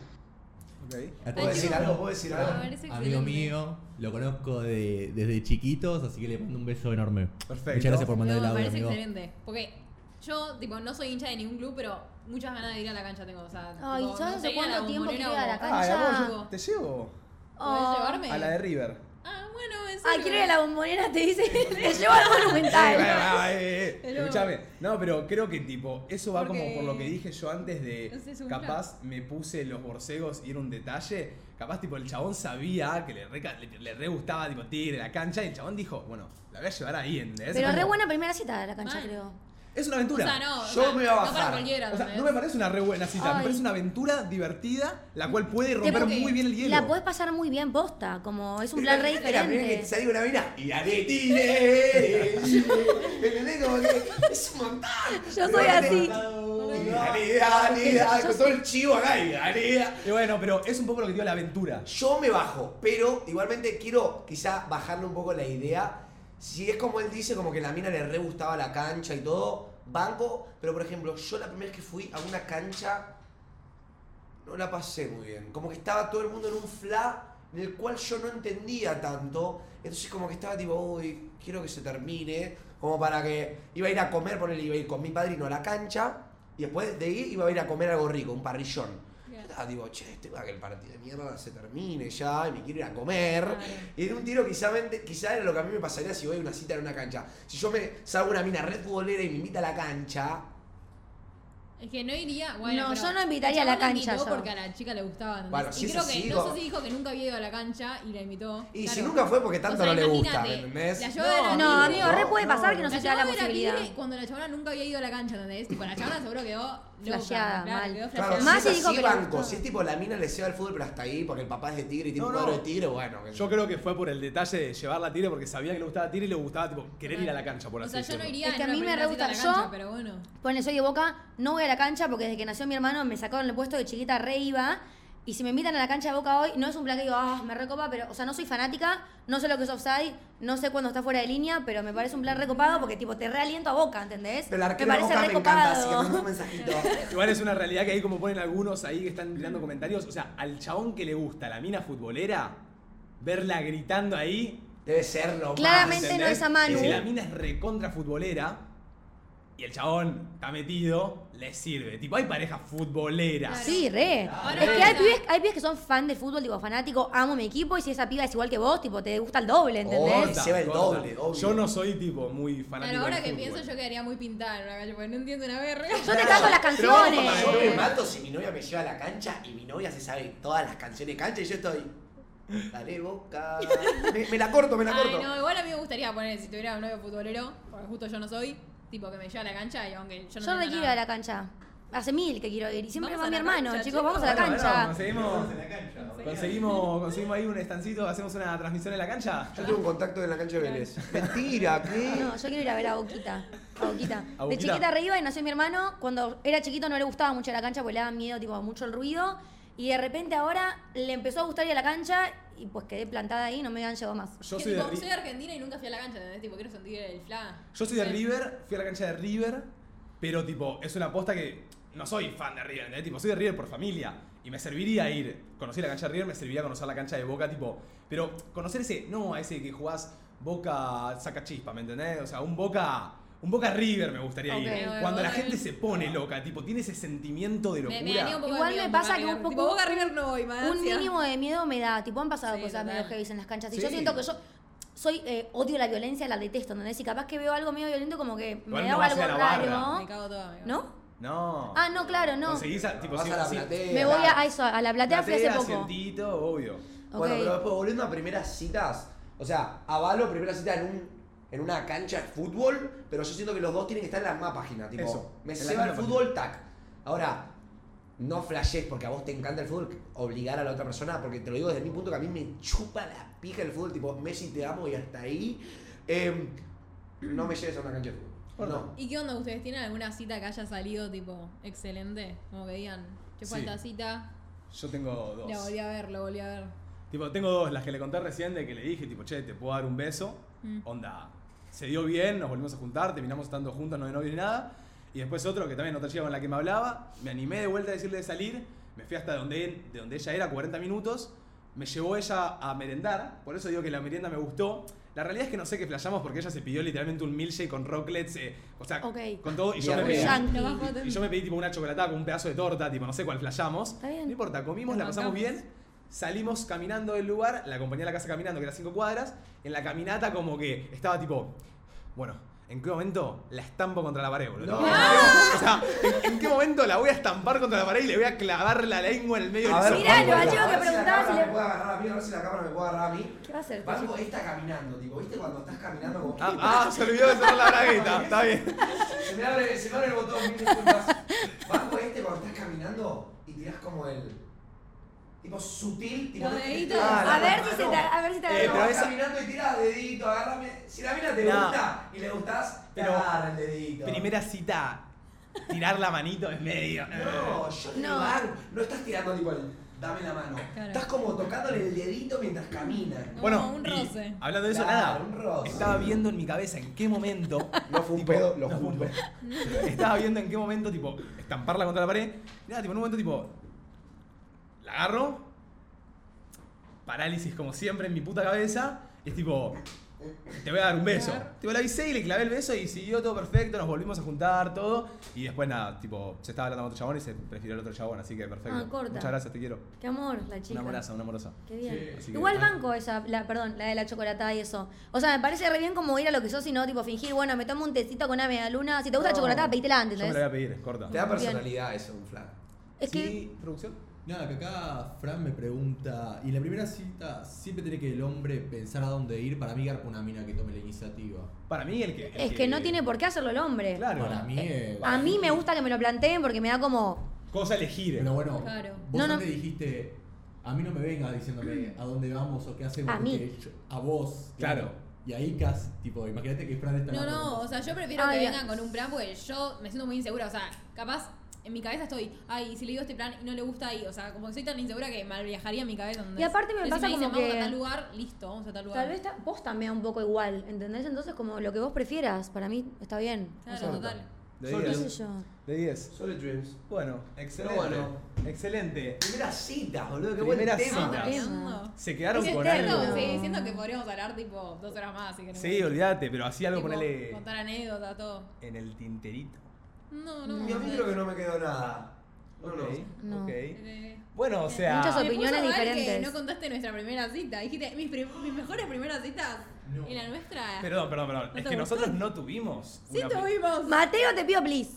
¿Puedo decir algo? ¿Puedo decir algo? Amigo mío, lo conozco desde chiquitos, así que le mando un beso enorme. Perfecto. Muchas gracias por mandar el Me audio, parece amigo. excelente. Porque yo, tipo, no soy hincha de ningún club, pero muchas ganas de ir a la cancha tengo. O sea, Ay, tipo, ¿sabes no sé, hace ir a la cuánto tiempo Bombonera quiero ir a la o- cancha? Ay, amor, te llevo ¿Podés llevarme? a la de River. Ah, bueno, eso. Ay, quiero ir a la bombonera, te dice. Te llevo al Monumental. Escuchame. No, pero creo que tipo, eso va como Porque- por lo que dije yo antes de Ese es un capaz me puse los borcegos y era un detalle. Capaz tipo el chabón sabía que le re gustaba tipo Tigre la cancha y el chabón dijo, bueno, la voy a llevar ahí, ¿entendés? Pero Es re como- buena primera cita de la cancha, creo. Es una aventura. O sea, no, Yo me voy a no bajar. para cualquiera. O sea, ¿entendés? no me parece una re buena cita, me Ay. parece una aventura divertida, la cual puede Te romper puede- muy bien el hielo. La podés pasar muy bien posta, como es un plan re La primera que te diferente. salió una mina y la de Tigre. ¿Entendés? Como que es un montón. Yo soy así. Dale, con todo el chivo acá y dale. Y bueno, pero es un poco lo que dio la aventura. Yo me bajo, pero igualmente quiero quizá bajarle un poco la idea. Si es como él dice, como que la mina le re gustaba la cancha y todo, banco. Pero por ejemplo, yo la primera vez que fui a una cancha no la pasé muy bien. Como que estaba todo el mundo en un fla en el cual yo no entendía tanto. Entonces como que estaba tipo, uy, quiero que se termine. Como para que iba a ir a comer, iba a ir con mi padrino a la cancha. Y después de ahí iba a ir a comer algo rico, un parrillón. Yo estaba tipo, che, que el partido de mierda se termine ya, y me quiero ir a comer. Y en un tiro quizá era lo que a mí me pasaría si voy a una cita en una cancha. Si yo me salgo una mina red futbolera y me invita a la cancha. Es que no iría. Bueno, No, pero yo no invitaría a la el chabón cancha, invitó yo. porque a la chica le gustaba. ¿entendés? Bueno, si y es creo así, que, digo- no sé si dijo que nunca había ido a la cancha y la invitó. Y Claro. si nunca fue porque tanto O sea, no le gusta, imagínate, ¿me entendés? La llevó a ver a No, Tigre. amigo, re puede pasar que no se te da la llevó a ver a posibilidad. Tigre cuando la chabona nunca había ido a la cancha, ¿entendés? Tipo, la chabona seguro quedó loca, Flasheada, claro, mal. quedó Claro, flasheada. si es dijo así, que le banco. gustaba. Si es tipo la mina le lleva el fútbol pero hasta ahí porque el papá es de Tigre y tiene un No, cuadro no. de Tigre, bueno. Yo creo que fue por el detalle de llevarla a Tigre porque sabía que le gustaba a Tigre y le gustaba tipo querer ir a la cancha, por O así sea, yo no decirlo. iría Es que a en mí una me primera re cita a la gusta. cancha, Yo- pero bueno. Ponle, soy de Boca, no voy a la cancha porque desde que nació mi hermano me sacaron el puesto de chiquita re iba. Y si me invitan a la cancha de Boca hoy, no es un plan que digo, me recopa, pero, o sea, no soy fanática, no sé lo que es offside, no sé cuándo está fuera de línea, pero me parece un plan recopado porque, tipo, te realiento a Boca, ¿entendés? Pero el Me arquero de parece Boca me encanta, así que recopado. manda un mensajito. Igual es una realidad que ahí como ponen algunos ahí que están tirando comentarios, o sea, al chabón que le gusta la mina futbolera, verla gritando ahí... Debe ser lo Claramente más, no ¿entendés? es a Manu. Y si la mina es recontra futbolera y el chabón está metido, le sirve. Tipo, hay parejas futboleras. Sí, re. Ahora, Es que o sea, hay pibes que son fan del fútbol, tipo, fanático, amo mi equipo, y si esa piba es igual que vos, tipo, te gusta el doble, ¿entendés? Se va el Corta. doble, obvio. Yo no soy tipo muy fanático Claro, ahora del que fútbol. pienso yo quedaría muy pintada en una calle porque no entiendo una verga. Yo te canto las Pero vamos, canciones. yo me mato si mi novia me lleva a la cancha y mi novia se sabe todas las canciones de cancha y yo estoy. Dale, Boca. Me la corto. Ay, no, igual a mí me gustaría poner, si tuviera un novio futbolero, porque justo yo no soy, tipo que me lleve a la cancha y aunque yo no Yo me quiero ir a la cancha. Hace 1000 que quiero ir. Y siempre va mi hermano, cancha, chicos, vamos a la cancha. Conseguimos ahí un estancito, hacemos una transmisión en la cancha. Yo tengo un contacto en la cancha de Vélez. Mentira, ¿qué? No, yo quiero ir a ver a Boquita. A Boquita. ¿A De Boquita? chiquita arriba y nació mi hermano. Cuando era chiquito no le gustaba mucho la cancha porque le daba miedo, tipo, mucho el ruido. Y de repente ahora le empezó a gustar ir a la cancha y pues quedé plantada ahí y no me han llegado más. Yo soy de Argentina y nunca fui a la cancha, ¿entendés? Tipo, quiero sentir el fla. Yo soy de River, fui a la cancha de River, pero tipo, es una aposta que no soy fan de River, ¿entendés? Tipo, soy de River por familia. Y me serviría ir, conocí la cancha de River, me serviría conocer la cancha de Boca, tipo, pero conocer a ese que jugás Boca saca chispa, ¿me entendés? O sea, un Boca River me gustaría ir. Cuando la gente se pone loca, tipo, tiene ese sentimiento de locura. Igual me pasa que un poco. Tipo, Boca River no voy, más. Un mínimo de miedo me da. Tipo, han pasado cosas medio heavy en las canchas. Y yo siento que yo odio la violencia, la detesto, ¿entendés? Y capaz que veo algo medio violento, como que Igual me no da vas algo a la raro. barra. Me cago toda, amigo. ¿No? No. Ah, no, claro, no. Conseguís tipo, Vas a la platea. Me voy a eso, a la platea fui hace poco. Asientito, obvio. Bueno, pero después volviendo a primeras citas, o sea, avalo primera cita en una cancha de fútbol, pero yo siento que los dos tienen que estar en la misma página. Tipo, Eso, me en la ceba el misma fútbol, tac. Ahora, no flashes porque a vos te encanta el fútbol, obligar a la otra persona, porque te lo digo desde mi punto que a mí me chupa la pija el fútbol, tipo, Messi te amo y hasta ahí. No me lleves a una cancha de fútbol. No. ¿Y qué onda? ¿Ustedes tienen alguna cita que haya salido, tipo, excelente? Como que digan, ¿qué fue esta cita? Yo tengo dos. Lo volví a ver. Tipo, tengo dos, las que le conté recién de que le dije, tipo, che, te puedo dar un beso. Onda, se dio bien, nos volvimos a juntar, terminamos estando juntos, no de novio ni nada. Y después otro, que también otra chica con la que me hablaba, me animé de vuelta a decirle de salir, me fui hasta de donde ella era, 40 minutos, me llevó ella a merendar, por eso digo que la merienda me gustó. La realidad es que no sé qué flashamos porque ella se pidió literalmente un milkshake con rocklets, o sea, con todo, y yo me pedí tipo una chocolatada con un pedazo de torta, tipo, no sé cuál flashamos. No importa, comimos, la pasamos bien, salimos caminando del lugar, la acompañé a la casa caminando, que era 5 cuadras, en la caminata como que estaba tipo, bueno, ¿en qué momento la estampo contra la pared, boludo? No. O sea, ¿en qué momento la voy a estampar contra la pared y le voy a clavar la lengua en el medio del A ver, Mirá, lo chico que a ver si la preguntaba cámara si me le. puede agarrar a mí, a ver si la cámara me puede agarrar a mí. ¿Qué va a hacer? Banco está caminando, tipo, ¿viste cuando estás caminando como se olvidó de cerrar la bragueta, está bien. Se me abre el botón, mil disculpas. Banco cuando estás caminando y tirás como el tipo sutil, tipo. Los deditos. A ver si te pero agarra. vas caminando y tirás dedito, agárrame. Si la mina te gusta y le gustás, te agarra el dedito. Primera cita, tirar la manito en medio. No, yo no estás tirando tipo el dame la mano. Claro. Estás como tocándole el dedito mientras caminas. Bueno, un y roce. hablando de eso, Claro, nada. un roce. Estaba viendo en mi cabeza en qué momento. No fue un pedo, lo juro. Estaba viendo en qué momento, tipo, estamparla contra la pared. Y nada, tipo, en un momento, tipo, la agarro. Parálisis como siempre en mi puta cabeza. Y es tipo, te voy a dar un beso. Tipo, la avisé y le clavé el beso y siguió todo perfecto. Nos volvimos a juntar, todo. Y después nada, tipo, se estaba hablando con otro chabón y se prefirió el otro chabón. Así que perfecto. Ah, corta. Muchas gracias, te quiero. Qué amor, la chica. Una amorosa. Qué bien. Así que, Igual banco esa, la de la chocolatada y eso. O sea, me parece re bien como ir a lo que sos y no, tipo, fingir, bueno, me tomo un tecito con una media luna. Si te gusta la chocolatada, pedítela antes, Yo me la ¿entendés? voy a pedir, es corta. Te da personalidad eso, un flan. Es que. ¿Producción? Nada, que acá Fran me pregunta, y en la primera cita siempre tiene que el hombre pensar a dónde ir para amigar con una mina que tome la iniciativa. Para mí el que... Es que no tiene por qué hacerlo el hombre. Claro. Para mí A mí me gusta que me lo planteen porque me da como... Cosa elegir. Pero bueno, Claro. vos No, no. antes dijiste, a mí no me vengas diciéndome a dónde vamos o qué hacemos, A mí. a vos. Claro. Y ahí casi, tipo, imagínate que Fran está en la No, o sea, yo prefiero Ay, que ya. vengan con un plan porque yo me siento muy insegura. O sea, capaz en mi cabeza estoy, ay, si le digo este plan y no le gusta ahí. O sea, como que soy tan insegura que mal viajaría en mi cabeza. ¿entendés? Y aparte me Entonces, pasa si como dicen, que... vamos a tal lugar, listo, vamos a tal lugar. Tal vez vos también un poco igual, ¿entendés? Entonces como lo que vos prefieras, para mí está bien. Claro, O sea, total. De qué 10. sé yo. De 10. Solid Dreams. Bueno, excelente. Pero bueno. Excelente. Primera cita, boludo, qué buen Primera tema. cita. Se quedaron Es con eterno, algo. sí, siento que podríamos hablar tipo 2 horas más. Si Sí, olvídate, pero así algo Tipo, ponele contar anécdotas, todo. en el tinterito. No, Y a mí creo que no me quedó nada. No. Ok. Bueno, o sea. Muchas Me opiniones puso mal diferentes. que no contaste nuestra primera cita. Dijiste, mis mejores primeras citas. Y la nuestra. Perdón. ¿No Es te que gustó? nosotros no tuvimos. Sí una tuvimos. Mateo, te pido please.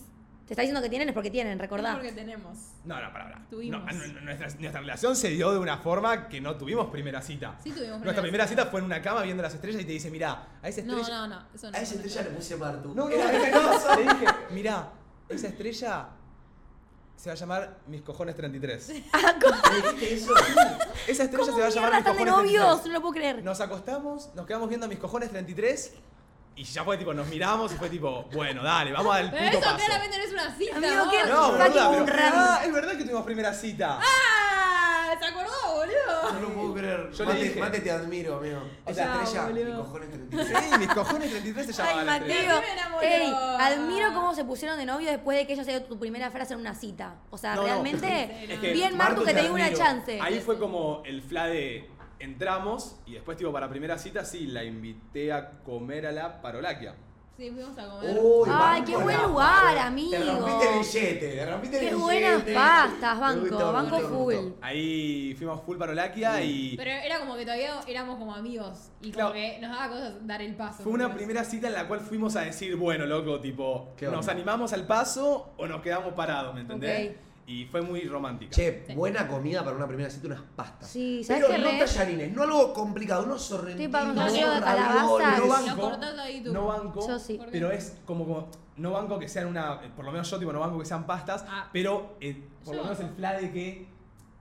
Te está diciendo que tienen es porque tienen, recordá. Es porque tenemos. No, pará. Tuvimos. Nuestra relación se dio de una forma que no tuvimos primera cita. Sí tuvimos Nuestra primera cita fue en una cama viendo las estrellas y te dice, mirá, a esa estrella... No, eso no. A esa estrella le puse Martu. No, le dije, mirá, esa estrella se va a llamar Mis Cojones 33. ¿Le dijiste eso? Esa estrella se va a llamar Mis están de Cojones 33. novios? No lo puedo creer. Nos acostamos, nos quedamos viendo Mis Cojones 33 y ya fue tipo, nos miramos y fue tipo, bueno, dale, vamos al puto Pero eso paso. claramente no es una cita. Amigo, ¿qué? No, Fucking boluda, pero... raro. es verdad que tuvimos primera cita. ¡Ah! ¿Se acordó, boludo? No lo puedo creer. Yo le dije- Mate, te admiro, amigo. O Esa sea, estrella, boludo. Mis Cojones 33. Sí, Mis Cojones 33 se llamaba Ay, la estrella. Mateo. Me enamoró. Ey, admiro cómo se pusieron de novio después de que ella se dio tu primera frase en una cita. O sea, No, realmente, es que bien Martu, Martu que te te dio una admiro. chance. Ahí fue como el fla de entramos y después tipo para primera cita sí, la invité a comer a la Parolaquia. Sí, fuimos a comer. Uy, Ay, banco qué buen la lugar, paro. amigo. Te rompiste el billete, Qué buenas pastas, Me gustó, banco me full. gustó. Ahí fuimos full Parolaquia y Pero era como que todavía éramos como amigos. Y Claro. como que nos daba cosas dar el paso. fue una ¿entendés? primera cita en la cual fuimos a decir, bueno, loco, tipo, ¿Qué onda? ¿nos animamos al paso o nos quedamos parados, me entendés? Ok. Y fue muy romántica. Che, buena comida para una primera cita, unas pastas. Sí, ¿sabes Pero qué, no Re? tallarines, no algo complicado, unos sorrentinos, Sí, para un unos relleno de ravioles. calabazas. No Lo banco, cortás ahí tú. no banco, Yo sí. ¿Por qué? pero es como no banco que sean una, por lo menos yo tipo no banco que sean pastas, Ah. pero por Yo lo menos el banco. fla de que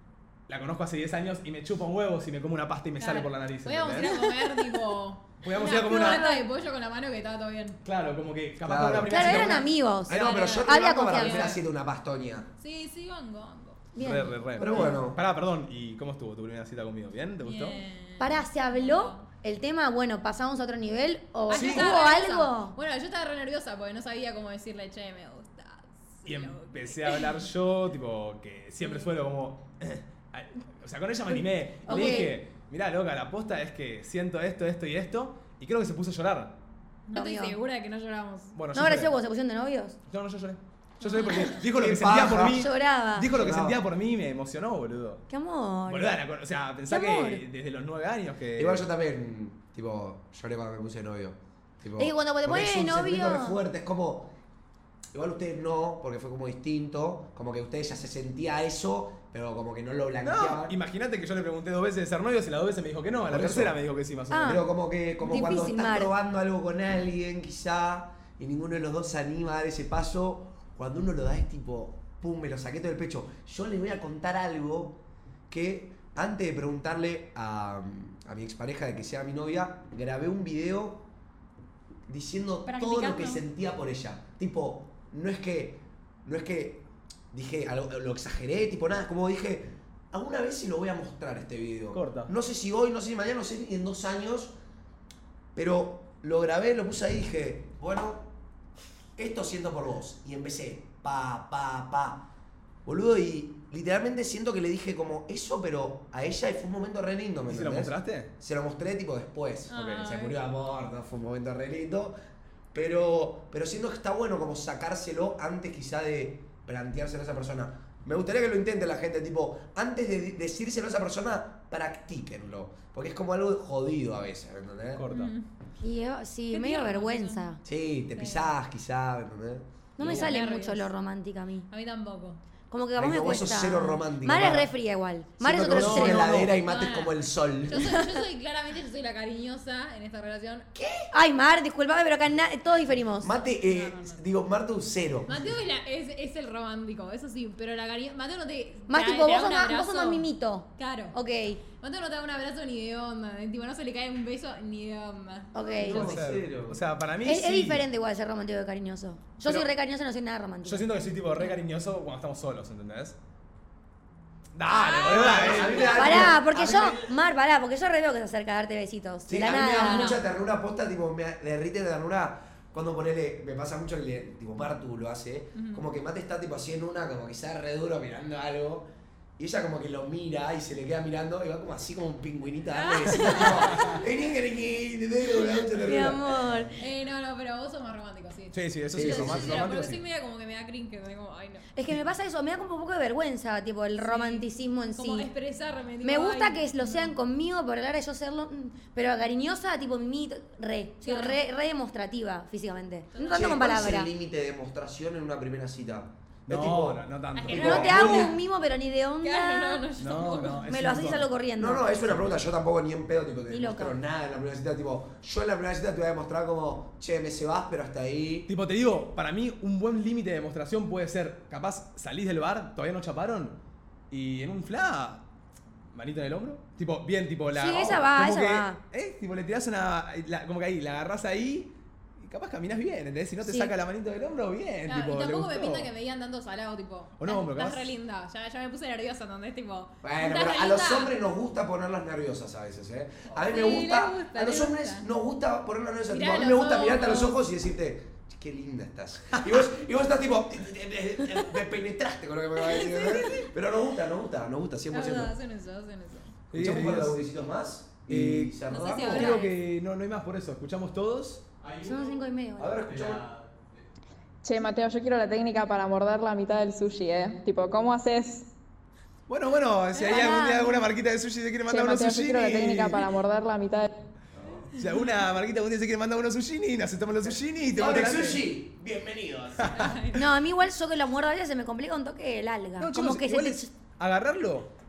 la conozco hace 10 años y me chupa un huevo si me como una pasta y me Claro. sale por la nariz. Podíamos ir a ¿entendés? comer tipo. Podíamos ir a comer una... pata de pollo con la mano que estaba todo bien. Claro, como que capaz Claro. con una primera Claro, cita eran una- amigos. Ay, no, pero yo te Había banco para la confianza. primera cita una pastoña. Sí, banco. Bien. Re. Pero bueno. Pará, perdón, ¿y cómo estuvo tu primera cita conmigo? ¿Bien? ¿Te gustó? Bien. Pará, ¿se habló el tema? Bueno, ¿pasamos a otro nivel? ¿O Ah, yo hubo estaba re nerviosa. algo? Bueno, yo estaba re nerviosa porque no sabía cómo decirle, che, me gusta. Y empecé a hablar yo, tipo, que siempre suelo como... o sea, con ella me animé. Y Ok. le dije, mirá, loca, la posta es que siento esto y esto. Y creo que se puso a llorar. No estoy Amigo. segura de que no lloramos. Bueno, ¿No yo pareció lloré. cuando se pusieron de novios? No, yo lloré. Yo lloré porque dijo lo Qué que sentía paja. por mí. Lloraba. Dijo lo que Lloraba. sentía por mí y me emocionó, boludo. Qué amor. Boluda, o sea, pensá Qué amor. que desde los 9 años que... Igual yo también, tipo, lloré cuando me puse de novio. Tipo, Es que cuando te porque pones es un de sentimiento novio- re fuerte, es como... Igual ustedes no, porque fue como distinto, como que ustedes ya se sentía eso, pero como que no lo No, blanqueaban. imagínate que yo le pregunté 2 veces de ser novios y las 2 veces me dijo que no, a la Por eso. tercera me dijo que sí, más o Ah. menos. Pero como que como cuando Difícil, estás Mar. probando algo con alguien, quizá, y ninguno de los dos se anima a dar ese paso, cuando uno lo da es tipo, pum, me lo saqué todo del pecho. Yo les voy a contar algo que antes de preguntarle a mi expareja de que sea mi novia, grabé un video diciendo todo lo Practicando. que sentía por ella. Tipo, no es que dije, lo exageré, tipo nada, como dije, alguna vez se lo voy a mostrar este video. Corta. No sé si hoy, no sé si mañana, no sé si en 2 años, pero lo grabé, lo puse ahí y dije, bueno, esto siento por vos. Y empecé, pa. Boludo, y literalmente siento que le dije como eso, pero a ella y fue un momento re lindo, ¿me ¿Y se lo entendés? mostraste? Se lo mostré tipo después. Ah, Se ok. murió de amor, ¿no? Fue un momento re lindo. Pero siento que está bueno como sacárselo antes quizá de planteárselo a esa persona. Me gustaría que lo intente la gente, tipo, antes de decírselo a esa persona, practíquenlo. Porque es como algo jodido a veces, ¿me entendés? Corta. Y sí, Qué medio tiernos que vergüenza. Sí, te pisás quizá, ¿me entendés? No me Sí, sale nervios. mucho lo romántico a mí. A mí tampoco. Como que Ay, capaz me no, vos cuesta. sos cero romántica, Mar es Mar. re fría igual. Mar es Siento que otro vos sos extremo. heladera y No, mates no. como el sol. Yo soy claramente, yo soy la cariñosa en esta relación. Ay, Mar, disculpame, pero acá todos diferimos. Mate, digo, Martu, cero. Mateo es el romántico, eso sí, pero la cariñosa. Mateo no te. Más te tipo, da vos sos un más, vos abrazo. sos más mimito. Claro. Ok, Mateo no te da un abrazo ni de onda. Tipo, no se le cae un beso ni de onda. ok. Puede ser. cero. O sea, para mí Es sí. diferente igual ser romántico que cariñoso. Yo Pero- soy re cariñosa y no soy nada romántico. Yo siento que soy tipo re cariñoso cuando estamos solos, ¿entendés? Dale, Ah, boluda, a mí me da- Pará, a porque mí yo, me- Mar, pará, porque yo re veo que se acerca a darte besitos. Sí, de la a mí me da nada. mucha ternura posta, tipo, me derrite de ternura cuando ponele, me pasa mucho que tipo Martu lo hace, como que Mate está tipo así en una, como que está re duro mirando algo, Y ella como que lo mira y se le queda mirando y va como así como un pingüinito. Mi amor. No, pero vos sos más romántico, sí. Sí, eso sí, romántico. Pero Sí. sí media como que me da cringe, que me como, ay no. Es que me pasa eso, me da como un poco de vergüenza, tipo, el romanticismo en Como sí. expresarme. Tipo, Me gusta ay, que lo sean conmigo, por hablar de yo serlo, pero cariñosa, tipo, soy Claro. re demostrativa físicamente. No Che, tanto con ¿cuál es palabras. el límite de demostración en una primera cita? No, Es tipo- no tanto. Es que No te hago un mimo, pero ni de onda. Claro, no, yo No, tampoco. no. Me lo haces y salgo corriendo. No, es una pregunta, yo tampoco ni en pedo tipo, te Ni demuestro loca. nada en la primera cita, tipo, yo en la primera cita te voy a demostrar como, che, me cebás, pero hasta ahí. Tipo, te digo, para mí un buen límite de demostración puede ser, capaz salís del bar, todavía no chaparon, y en un fla, manito en el hombro. Tipo, bien, tipo la... Sí, esa va, como esa que, va. Tipo, le tirás como que ahí, la agarrás ahí, y capaz caminas bien, ¿entendés? Si no te Sí. saca la manito del hombro, bien, Claro, tipo, y le tampoco me gustó. pinta que me digan tanto salado, tipo. O no, pero estás capaz- re linda. Ya me puse nerviosa, ¿entendés? Tipo. Bueno, estás pero re a los linda. hombres nos gusta ponerlas nerviosas a veces, ¿eh? A mí Sí, me gusta, les gusta, a los les hombres gusta. nos gusta ponerlas nerviosas. Mirá Tipo, a mí los me gusta mirarte a los ojos. ojos y decirte, qué linda estás. Y vos estás tipo, me penetraste con lo que me vas a decir. ¿eh? Pero nos gusta, 100%. Es verdad, hacen eso. ¿Escuchamos un par de audicitos más? Y cerramos. No sé si habrá- Creo que no hay más por eso, escuchamos todos. Son 5:30. A ver, escuchamos. Che, Mateo, yo quiero la técnica para morder la mitad del sushi, Tipo, ¿cómo haces? Bueno, si hay algún día alguna marquita de sushi se quiere Che, mandar unos Mateo, yo sushi. quiero la técnica para morder la mitad del... Si alguna marquita algún día se quiere mandar unos sushi, nos aceptamos los sushi y te Sobre el mandamos sushi, bienvenidos. No, a mí igual yo que la muerdo a veces se me complica un toque el alga. No, como chicos, que igual se es agarrarlo.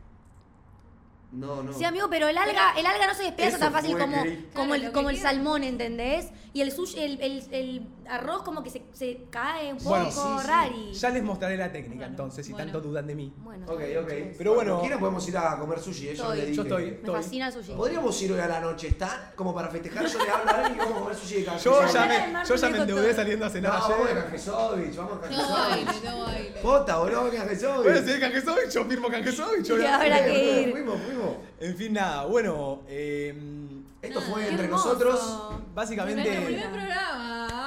No. Sí, amigo, pero el alga no se despedaza Eso tan fácil fue como, gay. como, Claro, el, lo como que el queda. salmón, ¿entendés? Y el sushi, el arroz como que se cae un poco Bueno, sí. rari. Ya les mostraré la técnica Bueno, entonces, si bueno. tanto dudan de mí. Bueno, Ok. Pero bueno. Cuando quieran podemos ir a comer sushi, Estoy. le dije. Yo estoy. me fascina el sushi. Podríamos ir hoy a la noche, ¿están? Como para festejar, yo le hablo a él y vamos a comer sushi de canje. Yo ya ya me me endeudé saliendo a cenar No, vamos de ayer. Canjesovich, vamos a Tengo Canjesovich. baile, tengo baile. Jota, boludo, Canjesovich. Bueno, si es Canjesovich, yo firmo Canjesovich. Y ahora que ir. Fuimos. En fin, nada, bueno, Esto fue Qué entre hermoso. nosotros. Nuestro básicamente... primer programa.